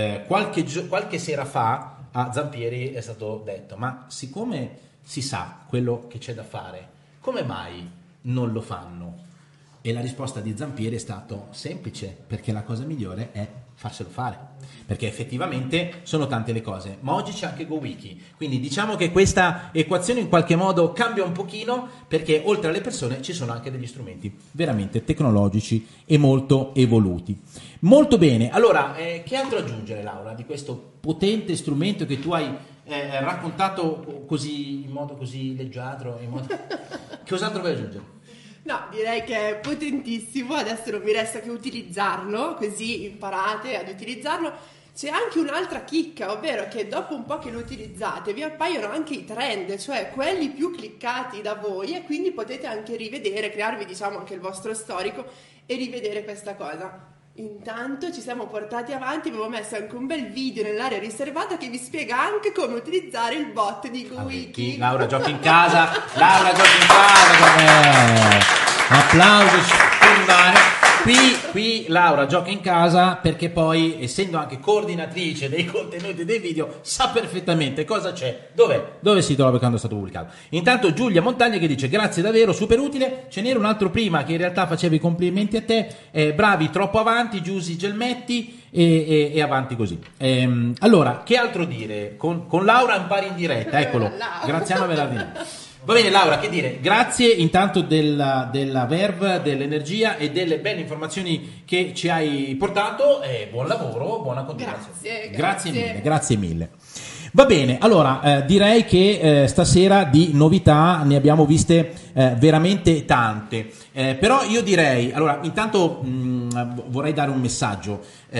Qualche sera fa a Zampieri è stato detto: ma siccome si sa quello che c'è da fare, come mai non lo fanno? E la risposta di Zampieri è stata semplice: perché la cosa migliore è farselo fare, perché effettivamente sono tante le cose, ma oggi c'è anche GoWiki, quindi diciamo che questa equazione in qualche modo cambia un pochino, perché oltre alle persone ci sono anche degli strumenti veramente tecnologici e molto evoluti. Molto bene, allora che altro aggiungere, Laura, di questo potente strumento che tu hai raccontato così in modo così leggiadro, che cos'altro vuoi aggiungere? No, direi che è potentissimo, adesso non mi resta che utilizzarlo, così imparate ad utilizzarlo. C'è anche un'altra chicca, ovvero che dopo un po' che lo utilizzate vi appaiono anche i trend, cioè quelli più cliccati da voi, e quindi potete anche rivedere, crearvi diciamo anche il vostro storico e rivedere questa cosa. Intanto ci siamo portati avanti, avevo messo anche un bel video nell'area riservata che vi spiega anche come utilizzare il bot di GoWiki. Laura gioca in casa, Laura gioca in casa con me. Un applauso spontaneo. Qui Laura gioca in casa perché poi, essendo anche coordinatrice dei contenuti dei video, sa perfettamente cosa c'è, dove si trova quando è stato pubblicato. Intanto Giulia Montagna che dice: grazie davvero, super utile. Ce n'era un altro prima che in realtà faceva i complimenti a te, bravi, troppo avanti, Giusy Gelmetti e avanti così. Allora, che altro dire? Con Laura impari in diretta, eccolo, Graziano Velardini. Va bene Laura, che dire? Grazie intanto della verve, dell'energia e delle belle informazioni che ci hai portato, e buon lavoro, buona continuazione. Grazie mille. Va bene, allora direi che stasera di novità ne abbiamo viste veramente tante, però io direi, allora intanto vorrei dare un messaggio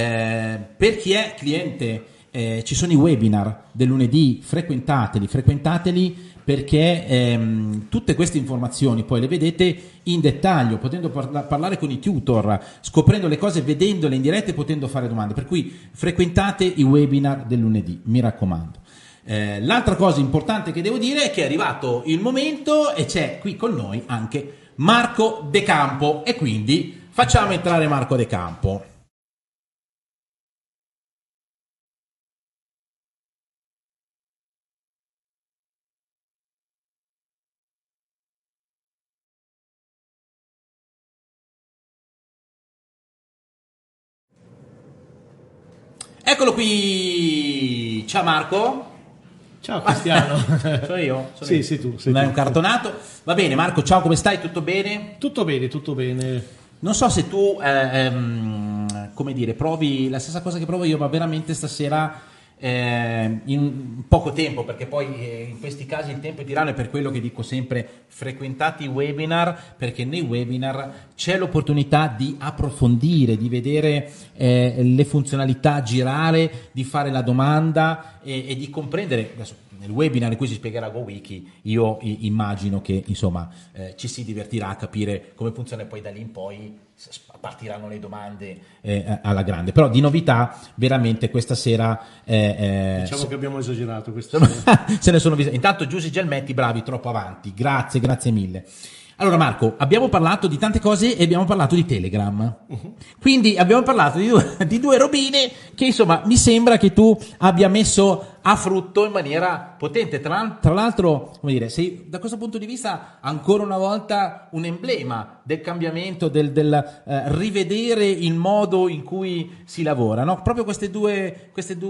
per chi è cliente. Ci sono i webinar del lunedì, frequentateli perché tutte queste informazioni poi le vedete in dettaglio, potendo parlare con i tutor, scoprendo le cose, vedendole in diretta e potendo fare domande, per cui frequentate i webinar del lunedì, mi raccomando. L'altra cosa importante che devo dire è che è arrivato il momento e c'è qui con noi anche Marco De Campo, e quindi facciamo entrare Marco De Campo. Eccolo qui, ciao Marco. Ciao Cristiano. Sono io? Sì, sei tu. Non è un cartonato. Va bene Marco, ciao, come stai? Tutto bene? Tutto bene. Non so se tu, come dire, provi la stessa cosa che provo io, ma veramente stasera in poco tempo, perché poi in questi casi il tempo è tiranno, e per quello che dico sempre: frequentate i webinar, perché nei webinar c'è l'opportunità di approfondire, di vedere le funzionalità, girare, di fare la domanda e di comprendere. Adesso, nel webinar in cui si spiegherà GoWiki, io immagino che insomma ci si divertirà a capire come funziona, e poi da lì in poi partiranno le domande alla grande. Però di novità veramente questa sera diciamo che abbiamo esagerato questa sera. Se ne sono viste. Intanto Giusy Gelmetti, bravi, troppo avanti, grazie mille. Allora Marco, abbiamo parlato di tante cose e abbiamo parlato di Telegram, quindi abbiamo parlato di due robine che insomma mi sembra che tu abbia messo ha frutto in maniera potente. Tra l'altro, come dire, sei da questo punto di vista ancora una volta un emblema del cambiamento, del rivedere il modo in cui si lavora, no? Proprio questi due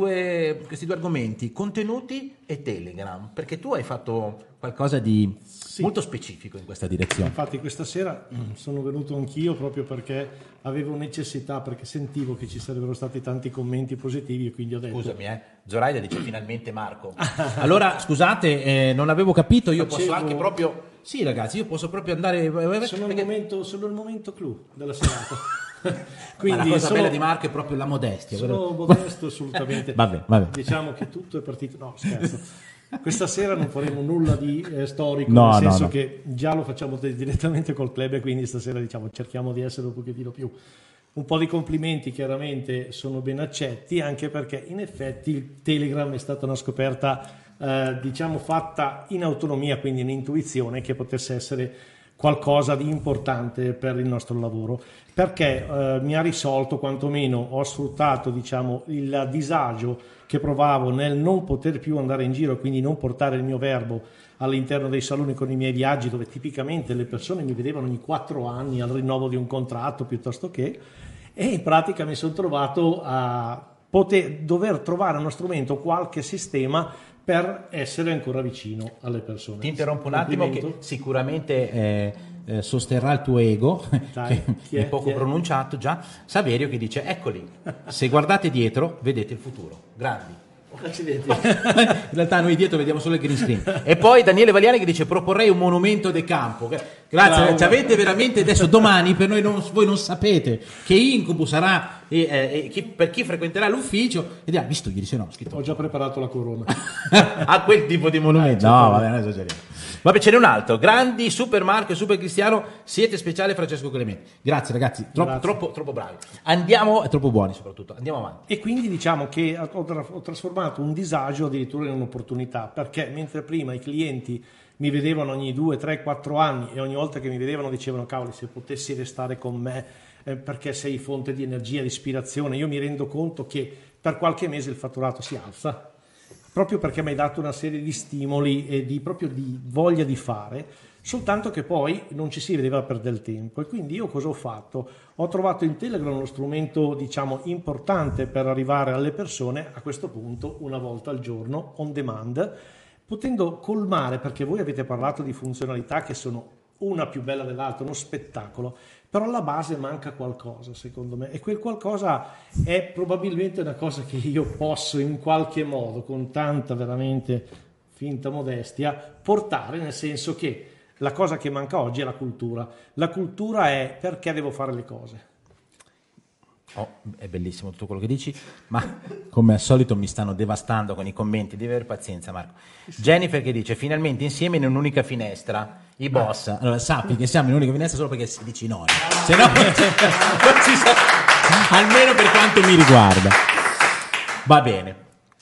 argomenti, contenuti e Telegram, perché tu hai fatto qualcosa di molto specifico in questa direzione. Infatti questa sera sono venuto anch'io proprio perché avevo necessità, perché sentivo che ci sarebbero stati tanti commenti positivi e quindi ho detto... Scusami, Zoraida dice finalmente Marco. Allora, scusate, non avevo capito, io posso anche proprio... Sì ragazzi, io posso proprio andare... Sono il momento clou della serata. Quindi la cosa bella di Marco è proprio la modestia. Sono modesto assolutamente. Vabbè. Diciamo che tutto è partito... No, scherzo. Questa sera non faremo nulla di storico, nel senso che già lo facciamo direttamente col club e quindi stasera cerchiamo di essere un pochettino più... Un po' di complimenti chiaramente sono ben accetti, anche perché in effetti il Telegram è stata una scoperta fatta in autonomia, quindi in intuizione, che potesse essere qualcosa di importante per il nostro lavoro, perché mi ha risolto, quantomeno ho sfruttato il disagio che provavo nel non poter più andare in giro, quindi non portare il mio verbo all'interno dei saloni con i miei viaggi, dove tipicamente le persone mi vedevano ogni 4 anni al rinnovo di un contratto piuttosto che, e in pratica mi sono trovato a dover trovare uno strumento, qualche sistema per essere ancora vicino alle persone. Ti interrompo un attimo, che sicuramente sosterrà il tuo ego, che è poco pronunciato già. Saverio che dice: eccoli, se guardate dietro vedete il futuro, grandi. Accidenti. In realtà noi dietro vediamo solo il green screen. E poi Daniele Valiani che dice: proporrei un monumento de campo. Grazie, ci avete veramente adesso domani, per noi voi non sapete che incubo sarà per chi frequenterà l'ufficio e dirà: visto ieri se no, scritto. Ho già preparato la corona. A quel tipo di monumento. No, vabbè, non esageriamo. Vabbè, ce n'è un altro. Grandi, super Marco e super Cristiano, siete speciali, Francesco Clementi. Grazie ragazzi, troppo bravi. Andiamo, è troppo buoni soprattutto. Andiamo avanti. E quindi diciamo che ho trasformato un disagio addirittura in un'opportunità, perché mentre prima i clienti mi vedevano ogni 2, 3, 4 anni e ogni volta che mi vedevano dicevano: cavoli, se potessi restare con me, perché sei fonte di energia, di ispirazione. Io mi rendo conto che per qualche mese il fatturato si alza, proprio perché mi hai dato una serie di stimoli e di voglia di fare, soltanto che poi non ci si vedeva per del tempo. E quindi io cosa ho fatto? Ho trovato in Telegram uno strumento importante per arrivare alle persone, a questo punto una volta al giorno, on demand, potendo colmare, perché voi avete parlato di funzionalità che sono una più bella dell'altra, uno spettacolo, però alla base manca qualcosa, secondo me, e quel qualcosa è probabilmente una cosa che io posso in qualche modo, con tanta veramente finta modestia, portare, nel senso che la cosa che manca oggi è la cultura. La cultura è: perché devo fare le cose? Oh, è bellissimo tutto quello che dici, ma come al solito mi stanno devastando con i commenti, devi avere pazienza Marco. Jennifer che dice: finalmente insieme in un'unica finestra, i boss. Allora sappi che siamo in un'unica finestra solo perché si dici noi, se no non ci sa, almeno per quanto mi riguarda. Va bene,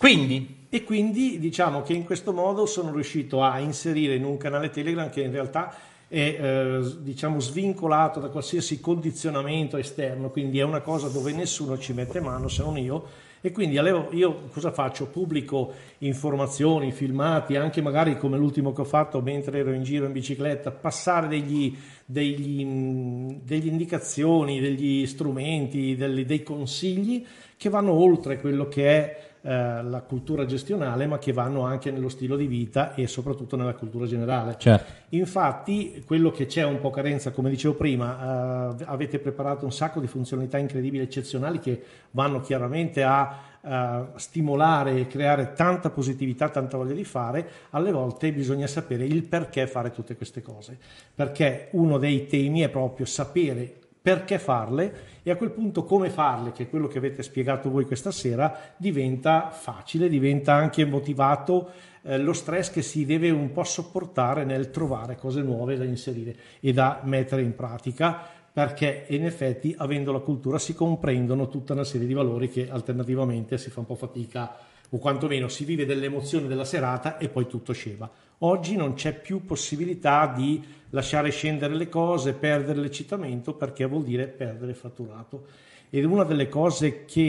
quindi diciamo che in questo modo sono riuscito a inserire in un canale Telegram che in realtà è svincolato da qualsiasi condizionamento esterno, quindi è una cosa dove nessuno ci mette mano se non io, e quindi io cosa faccio? Pubblico informazioni, filmati, anche magari come l'ultimo che ho fatto mentre ero in giro in bicicletta, passare degli indicazioni, degli strumenti, dei consigli che vanno oltre quello che è la cultura gestionale, ma che vanno anche nello stile di vita e soprattutto nella cultura generale. Certo. Infatti quello che c'è un po' carenza, come dicevo prima, avete preparato un sacco di funzionalità incredibili, eccezionali, che vanno chiaramente a stimolare e creare tanta positività, tanta voglia di fare. Alle volte bisogna sapere il perché fare tutte queste cose, perché uno dei temi è proprio sapere perché farle, e a quel punto come farle, che è quello che avete spiegato voi questa sera, diventa facile, diventa anche motivato lo stress che si deve un po' sopportare nel trovare cose nuove da inserire e da mettere in pratica, perché in effetti avendo la cultura si comprendono tutta una serie di valori che alternativamente si fa un po' fatica, o quantomeno si vive delle emozioni della serata e poi tutto scema. Oggi non c'è più possibilità di lasciare scendere le cose, perdere l'eccitamento, perché vuol dire perdere fatturato. Ed una delle cose che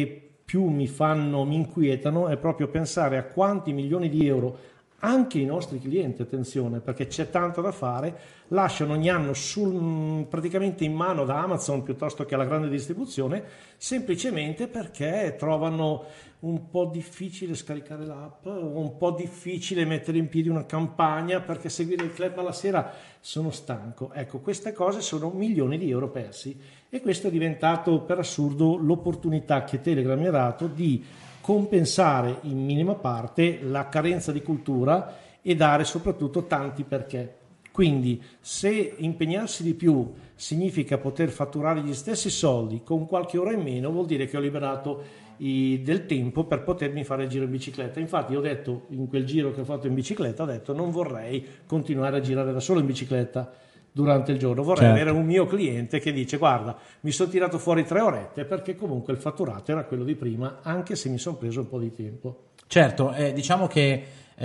più mi inquietano è proprio pensare a quanti milioni di euro anche i nostri clienti, attenzione, perché c'è tanto da fare, lasciano ogni anno praticamente in mano da Amazon piuttosto che alla grande distribuzione, semplicemente perché trovano un po' difficile scaricare l'app, o un po' difficile mettere in piedi una campagna, perché seguire il club alla sera sono stanco. Ecco, queste cose sono milioni di euro persi, e questo è diventato per assurdo l'opportunità che Telegram mi ha dato di compensare in minima parte la carenza di cultura e dare soprattutto tanti perché. Quindi se impegnarsi di più significa poter fatturare gli stessi soldi con qualche ora in meno, vuol dire che ho liberato del tempo per potermi fare il giro in bicicletta. Infatti ho detto, in quel giro che ho fatto in bicicletta, ho detto non vorrei continuare a girare da solo in bicicletta durante il giorno, vorrei avere un mio cliente che dice guarda, mi sono tirato fuori 3 orette perché comunque il fatturato era quello di prima, anche se mi sono preso un po' di tempo. Certo, diciamo che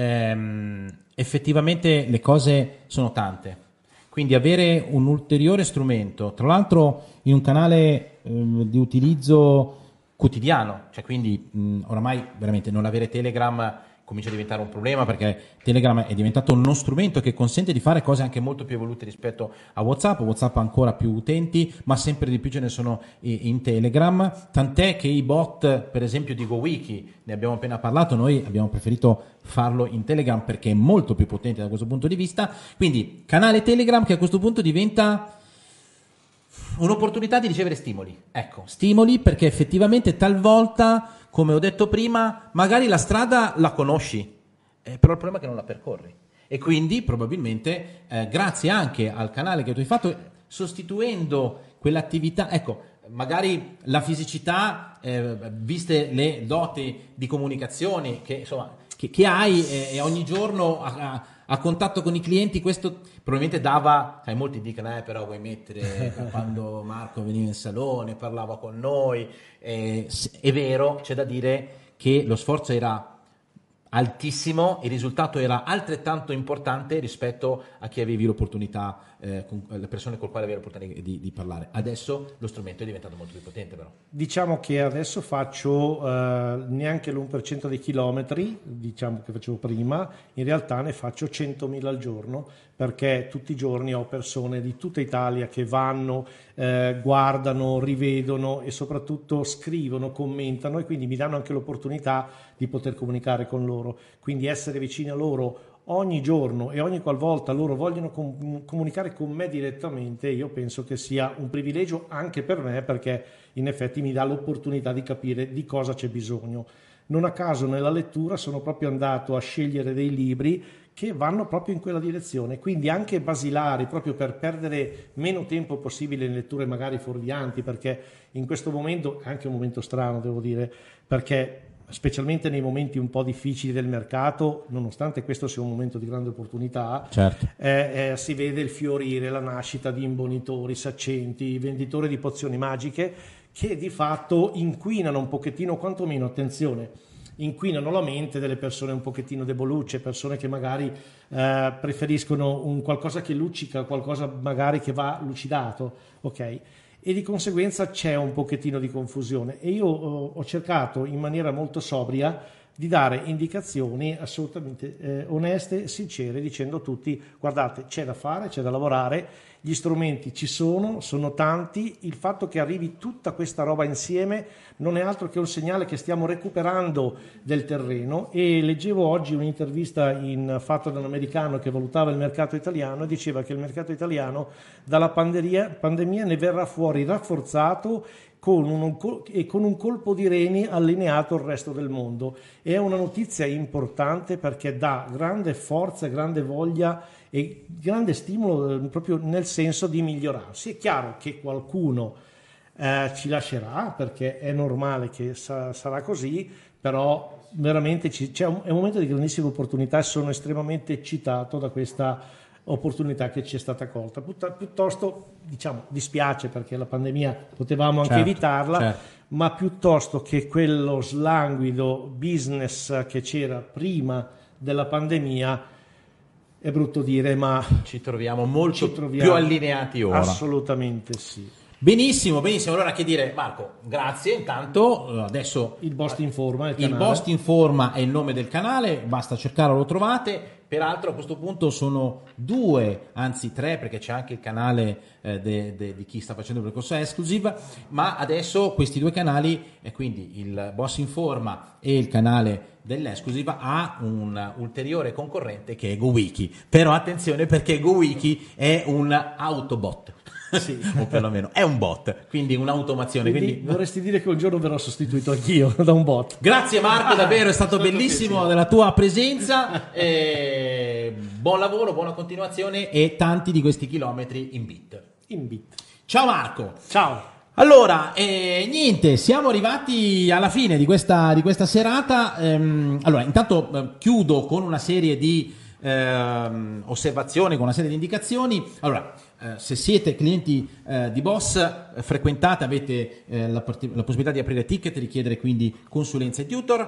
effettivamente le cose sono tante, quindi avere un ulteriore strumento, tra l'altro in un canale di utilizzo quotidiano, cioè quindi oramai veramente non avere Telegram comincia a diventare un problema, perché Telegram è diventato uno strumento che consente di fare cose anche molto più evolute rispetto a WhatsApp ha ancora più utenti, ma sempre di più ce ne sono in Telegram, tant'è che i bot, per esempio di GoWiki, ne abbiamo appena parlato, noi abbiamo preferito farlo in Telegram perché è molto più potente da questo punto di vista, quindi canale Telegram che a questo punto diventa un'opportunità di ricevere stimoli, ecco, stimoli, perché effettivamente talvolta, come ho detto prima, magari la strada la conosci, però il problema è che non la percorri, e quindi probabilmente grazie anche al canale che tu hai fatto, sostituendo quell'attività, ecco, magari la fisicità, viste le doti di comunicazione che insomma che hai e ogni giorno a contatto con i clienti, questo probabilmente dava, sai, molti dicono però vuoi mettere quando Marco veniva in salone, parlava con noi, è vero, c'è da dire che lo sforzo era altissimo, il risultato era altrettanto importante rispetto a chi avevi l'opportunità, con le persone con le quali avevi l'opportunità di parlare. Adesso lo strumento è diventato molto più potente, però. Diciamo che adesso faccio neanche l'1% dei chilometri, diciamo, che facevo prima, in realtà ne faccio 100.000 al giorno, perché tutti i giorni ho persone di tutta Italia che vanno, guardano, rivedono e soprattutto scrivono, commentano, e quindi mi danno anche l'opportunità di poter comunicare con loro, quindi essere vicino a loro ogni giorno e ogni qualvolta loro vogliono comunicare con me direttamente, io penso che sia un privilegio anche per me, perché in effetti mi dà l'opportunità di capire di cosa c'è bisogno. Non a caso nella lettura sono proprio andato a scegliere dei libri che vanno proprio in quella direzione, quindi anche basilari, proprio per perdere meno tempo possibile in letture magari fuorvianti, perché in questo momento è anche un momento strano, devo dire, perché specialmente nei momenti un po' difficili del mercato, nonostante questo sia un momento di grande opportunità, certo. Si vede il fiorire, la nascita di imbonitori, saccenti, venditori di pozioni magiche che di fatto inquinano un pochettino, quantomeno, attenzione, inquinano la mente delle persone un pochettino debolucce, persone che magari preferiscono un qualcosa che luccica, qualcosa magari che va lucidato, ok? E di conseguenza c'è un pochettino di confusione, e io ho cercato in maniera molto sobria di dare indicazioni assolutamente oneste, sincere, dicendo a tutti: guardate, c'è da fare, c'è da lavorare, gli strumenti ci sono tanti, il fatto che arrivi tutta questa roba insieme non è altro che un segnale che stiamo recuperando del terreno. E leggevo oggi un'intervista fatta da un americano che valutava il mercato italiano e diceva che il mercato italiano dalla pandemia ne verrà fuori rafforzato con un colpo di reni allineato al resto del mondo. È una notizia importante perché dà grande forza, grande voglia e grande stimolo proprio nel senso di migliorarsi. È chiaro che qualcuno ci lascerà, perché è normale che sarà così, però veramente è un momento di grandissima opportunità e sono estremamente eccitato da questa opportunità che ci è stata colta. Piuttosto, diciamo, dispiace perché la pandemia potevamo anche evitarla, ma piuttosto che quello slanguido business che c'era prima della pandemia, è brutto dire, ma ci troviamo molto più allineati ora. Assolutamente sì. Benissimo, allora che dire, Marco, grazie, intanto adesso Il Boss ti informa, il Boss ti informa è il nome del canale, basta cercarlo, lo trovate. Peraltro a questo punto sono 2, anzi 3, perché c'è anche il canale di chi sta facendo il percorso Exclusive, ma adesso questi 2 canali, e quindi il Boss Informa e il canale dell'Exclusive, ha un ulteriore concorrente che è GoWiki. Però attenzione, perché GoWiki è un Autobot. Sì. O perlomeno è un bot, quindi un'automazione. Quindi vorresti dire che un giorno verrò sostituito anch'io da un bot. Grazie Marco, davvero è stato bellissimo della tua presenza. Buon lavoro, buona continuazione e tanti di questi chilometri in bit. Ciao Marco. Ciao. Allora, niente, siamo arrivati alla fine di questa serata. Allora, intanto chiudo con una serie di osservazioni, con una serie di indicazioni. Allora, se siete clienti di Boss, frequentate, avete la possibilità di aprire ticket, richiedere quindi consulenza e tutor,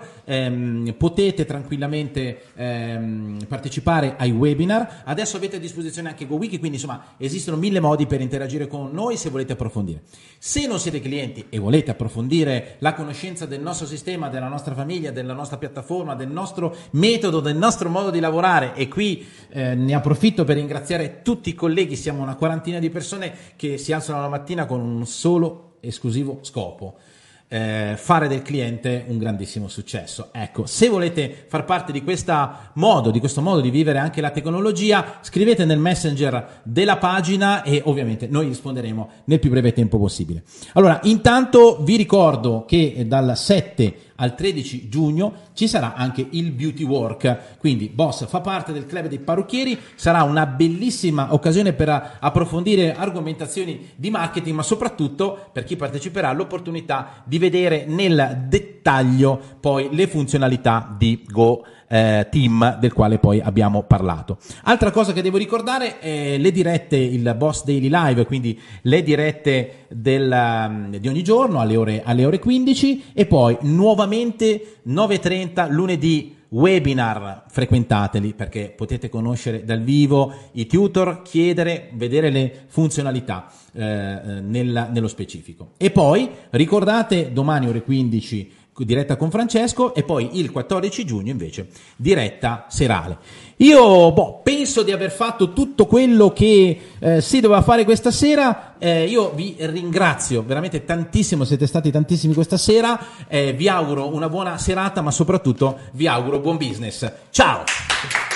potete tranquillamente partecipare ai webinar. Adesso avete a disposizione anche GoWiki, quindi insomma esistono 1000 modi per interagire con noi se volete approfondire. Se non siete clienti e volete approfondire la conoscenza del nostro sistema, della nostra famiglia, della nostra piattaforma, del nostro metodo, del nostro modo di lavorare, e qui ne approfitto per ringraziare tutti i colleghi, siamo una quarantina di persone che si alzano la mattina con un solo esclusivo scopo: fare del cliente un grandissimo successo. Ecco, se volete far parte di questo modo di vivere anche la tecnologia, scrivete nel messenger della pagina e ovviamente noi risponderemo nel più breve tempo possibile. Allora, intanto vi ricordo che dal 7 al 13 giugno ci sarà anche il Beauty Work, quindi Boss fa parte del club dei parrucchieri, sarà una bellissima occasione per approfondire argomentazioni di marketing, ma soprattutto per chi parteciperà l'opportunità di vedere nel dettaglio poi le funzionalità di Go Team, del quale poi abbiamo parlato. Altra cosa che devo ricordare è le dirette, il Boss Daily Live, quindi le dirette di ogni giorno alle ore 15, e poi nuovamente 9:30 lunedì webinar. Frequentateli perché potete conoscere dal vivo i tutor, chiedere, vedere le funzionalità nello specifico. E poi ricordate, domani ore 15 diretta con Francesco, e poi il 14 giugno invece diretta serale. Io penso di aver fatto tutto quello che si doveva fare questa sera. Io vi ringrazio veramente tantissimo, siete stati tantissimi questa sera, vi auguro una buona serata, ma soprattutto vi auguro buon business. Ciao!